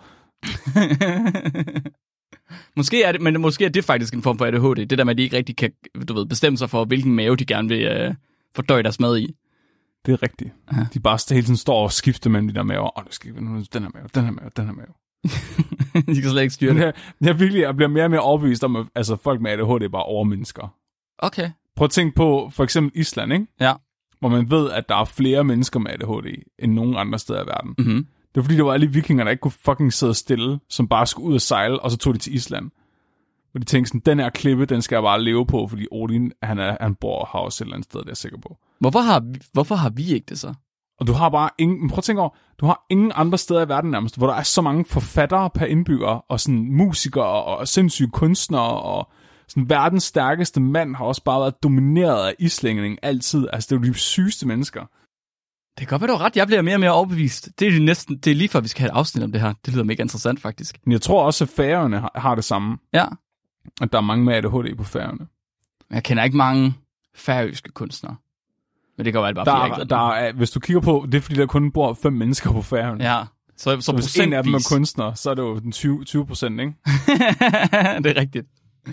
Måske er det, men måske er det faktisk en form for A D H D. Det der med, at de ikke rigtig kan, du ved, bestemme sig for, hvilken mave de gerne vil øh, fordøje deres mad i. Det er rigtigt. Aha. De bare hele tiden står og skifter mellem de der maver. Åh, nu skal vi den her mave, den her mave, den her mave. De kan slet ikke styre det. Jeg, jeg, virkelig, jeg bliver mere og mere overbevist om, at altså, folk med A D H D er bare overmennesker. Okay. Prøv at tænke på for eksempel Island, ikke? Ja. Hvor man ved, at der er flere mennesker med A D H D end nogen andre steder i verden. Mm-hmm. Det var fordi, der var alle vikinger, der ikke kunne fucking sidde stille, som bare skulle ud og sejle, og så tog de til Island. Og de tænkte sådan, den her klippe, den skal jeg bare leve på, fordi Odin, han, er, han bor og har også et eller andet sted, det er jeg sikker på. Hvorfor har, vi, hvorfor har vi ikke det så? Og du har bare ingen, prøv at tænke over, du har ingen andre steder i verden nærmest, hvor der er så mange forfattere per indbygger, og sådan musikere, og sindssyge kunstnere, og sådan verdens stærkeste mand har også bare været domineret af islængning altid. Altså, det er jo de sygeste mennesker. Det kan godt være, du har ret. Jeg bliver mere og mere overbevist. Det er, næsten, det er lige før, vi skal have et afsnit om det her. Det lyder mega interessant, faktisk. Men jeg tror også, at Færøerne har, har det samme. Ja. At der er mange med A D H D på Færøerne. Jeg kender ikke mange færøske kunstnere. Men det kan jo være bare, der, fordi jeg der er, Hvis du kigger på, det er fordi, der kun bor fem mennesker på Færøerne. Ja. Så, så, så hvis en af dem er kunstner, så er det jo den tyve procent, ikke? Det er rigtigt.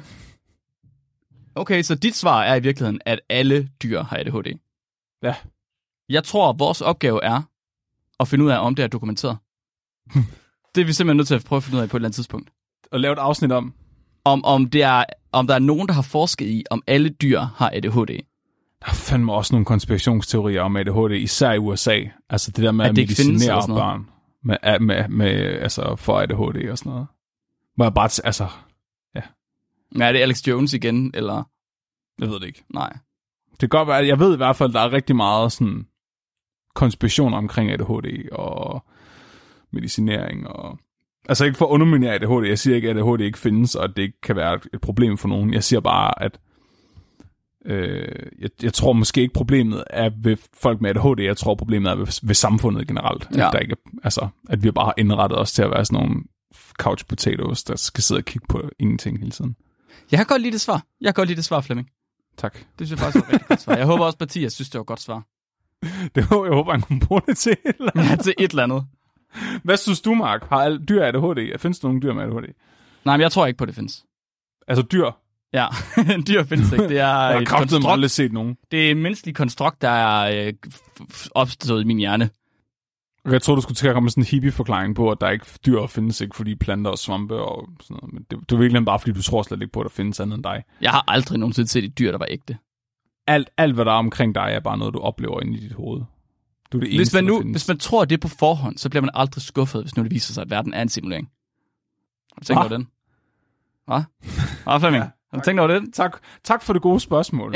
Okay, så dit svar er i virkeligheden, at alle dyr har A D H D. Ja. Jeg tror, at vores opgave er at finde ud af, om det er dokumenteret. Det er vi simpelthen nødt til at prøve at finde ud af på et eller andet tidspunkt. Og lave et afsnit om? Om, om, det er, om der er nogen, der har forsket i, om alle dyr har A D H D. Der er fandme også nogle konspirationsteorier om A D H D, især i U S A. Altså det der med at, at medicinere børn med, med, med, altså for A D H D og sådan noget. Må jeg bare t- altså, ja. Men er det Alex Jones igen, eller? Jeg ved det ikke. Nej. Det kan godt være, jeg ved i hvert fald, der er rigtig meget sådan konspiration omkring A D H D og medicinering og... Altså ikke for at underminere A D H D. Jeg siger ikke, at A D H D ikke findes, og at det ikke kan være et problem for nogen. Jeg siger bare, at øh, jeg, jeg tror måske ikke problemet er ved folk med A D H D. Jeg tror problemet er ved, ved samfundet generelt. Ja. At, der ikke, altså, at vi bare har indrettet os til at være sådan nogle couch potatoes, der skal sidde og kigge på ingenting hele tiden. Jeg har godt lide det svar. Jeg har godt lide det svar, Flemming. Tak. Det synes jeg faktisk var et rigtig godt svar. Jeg håber også, Mathias synes, det var et godt svar. Det håber jeg håber, han kunne bruge det til et eller andet. Ja, til et eller andet. Hvad synes du, Mark? Har alle dyr A D H D? Findes der nogle dyr med A D H D? Nej, men jeg tror ikke på, det findes. Altså dyr? Ja, dyr findes ikke. Det er jeg har et kraftigt aldrig set nogen. Det er en menneskelig konstrukt, der er øh, opstået i min hjerne. Jeg tror, du skulle til at komme med sådan en hippie-forklaring på, at der ikke dyr findes ikke, fordi planter og svampe og sådan noget. Men det, det er virkelig bare, fordi du tror slet ikke på, at der findes andet end dig. Jeg har aldrig nogensinde set et dyr, der var ægte. Alt, alt hvad der er omkring dig, er bare noget, du oplever inde i dit hoved. Du er det eneste, hvis, man nu, hvis man tror det på forhånd, så bliver man aldrig skuffet, hvis nu det viser sig, at verden er en simulering. Har du tænkt over den? Hvad? Hvad, Flemming? Har du tænkt over den? Tak, tak for det gode spørgsmål.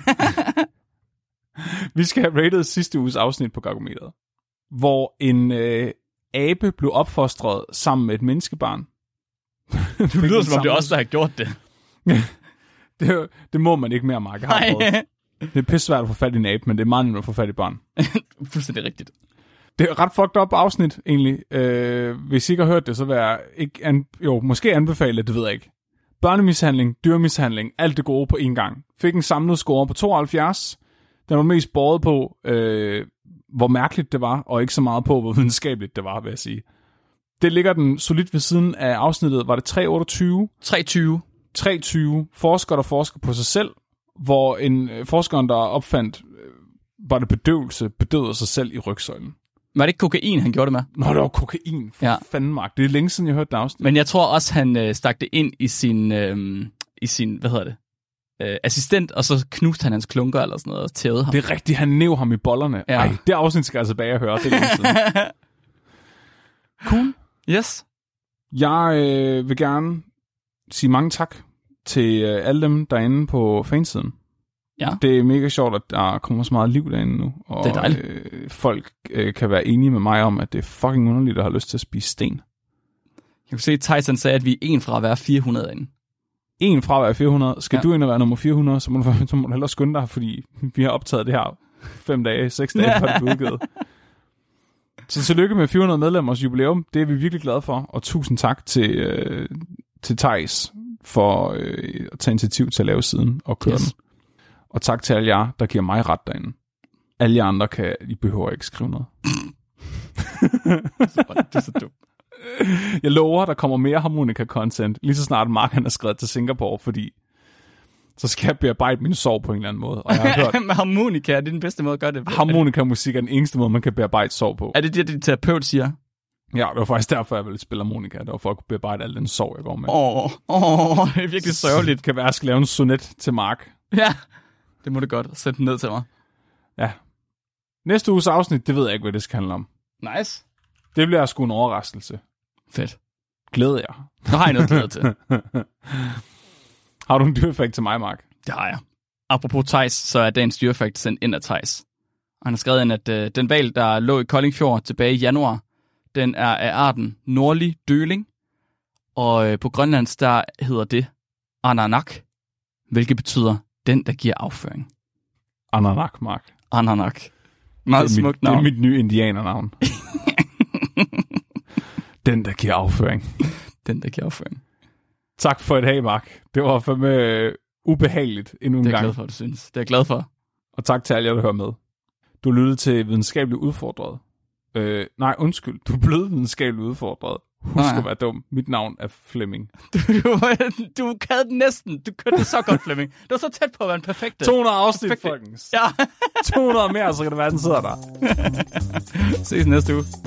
Vi skal have rated sidste uges afsnit på Gargometeret, hvor en øh, abe blev opfostret sammen med et menneskebarn. Det lyder som om det er os, der har gjort det. det. Det må man ikke mere, Mark. Jeg har prøvet. Det er pisse svært at få fat i en abe, men det er meget nemt at få fat i barn. Fuldstændig rigtigt. Det er ret fucked up afsnit, egentlig. Øh, hvis I ikke har hørt det, så vil jeg ikke an- jo, måske anbefale, det ved jeg ikke. Børnemishandling, dyrmishandling, alt det gode på én gang. Fik en samlet score på tooghalvfjerds. Den var mest båret på, øh, hvor mærkeligt det var, og ikke så meget på, hvor videnskabeligt det var, vil jeg sige. Det ligger den solidt ved siden af afsnittet. Var det tre otteogtyve? tre tyve. tre tyve. Forskere, der forsker på sig selv, hvor en øh, forskeren, der opfandt, øh, var det bedøvelse, bedøvede sig selv i rygsøjlen. Var det ikke kokain, han gjorde det med? Nå, det var kokain. For ja. Fanden, Mark. Det er længe siden, jeg hørte det afsnit. Men jeg tror også, han øh, stak det ind i sin, øh, i sin, hvad hedder det? øh, assistent, og så knuste han hans klunker eller sådan noget og tævede ham. Det er rigtigt, han næv ham i bollerne. Ja. Ej, det afsnit skal jeg tilbage og høre. Det er længe siden. Cool. Yes. Jeg øh, vil gerne sige mange tak til øh, alle dem, der er inde på fansiden. Ja. Det er mega sjovt, at der kommer så meget liv derinde nu. Og, det er dejligt. Øh, folk øh, kan være enige med mig om, at det er fucking underligt at have lyst til at spise sten. Jeg kan se, at Tyson sagde, at vi er en fra at være fire hundrede inde. En fra hver fire hundrede. Skal ja. du ind og være nummer fire hundrede, så må du, så må du hellere skynde dig, fordi vi har optaget det her fem dage, seks dage, før det bliver udgivet. Så tillykke med fire hundrede medlemmers jubilæum. Det er vi virkelig glade for. Og tusind tak til, øh, til Thijs for øh, at tage initiativ til at lave siden og køre yes. den. Og tak til alle jer, der giver mig ret derinde. Alle jer andre kan, I behøver ikke skrive noget. Det er så dumt. Jeg lover, der kommer mere harmonika-content, lige så snart Mark han er skrevet til Singapore, fordi så skal jeg bearbejde min sorg på en eller anden måde. Og jeg har hørt, med harmonika, er det den bedste måde at gøre det på? Harmonika-musik er den eneste måde, man kan bearbejde sorg på. Er det det, din terapeut siger? Ja, det var faktisk derfor, jeg ville spille harmonika. Det var for at kunne bearbejde al den sorg, jeg går med. Åh, oh, oh, det er virkelig sørgeligt. Det kan være, at jeg skal lave en sonet til Mark. Ja, det må du godt. Sæt den ned til mig. Ja. Næste uges afsnit, det ved jeg ikke, hvad det skal handle om. Nice. Det bliver sgu en overraskelse. Fedt. Glæder jeg. Nu har jeg noget glæde til. Har du en dyrefakt til mig, Mark? Det har jeg. Apropos Thijs, så er dagens dyrefakt sendt ind af Thijs. Og han har skrevet ind, at øh, den hval, der lå i Kolding Fjord tilbage i januar, den er af arten nordlig døling. Og øh, på Grønlands, der hedder det Ananak, hvilket betyder den, der giver afføring. Ananak, Mark. Ananak. Meget det smukt mit, navn. Det er mit nye indianernavn. Den, der giver afføring. Den, der giver afføring. Tak for et dag, Mark. Det var fandme uh, ubehageligt endnu en gang. Det er jeg glad for, du synes. Det er jeg glad for. Og tak til alle jer, der hører med. Du lyttede til Videnskabeligt Udfordret. Øh, nej, undskyld. Du er blevet videnskabeligt udfordret. Husk ah, ja. at være dum. Mit navn er Flemming. Du, du, du kaldte den næsten. Du kørte det så godt, Flemming. Du var så tæt på at være en perfekt. to hundrede afsnit, folkens. Ja. to hundrede mere, så kan det være, den sidder der. Ses næste uge.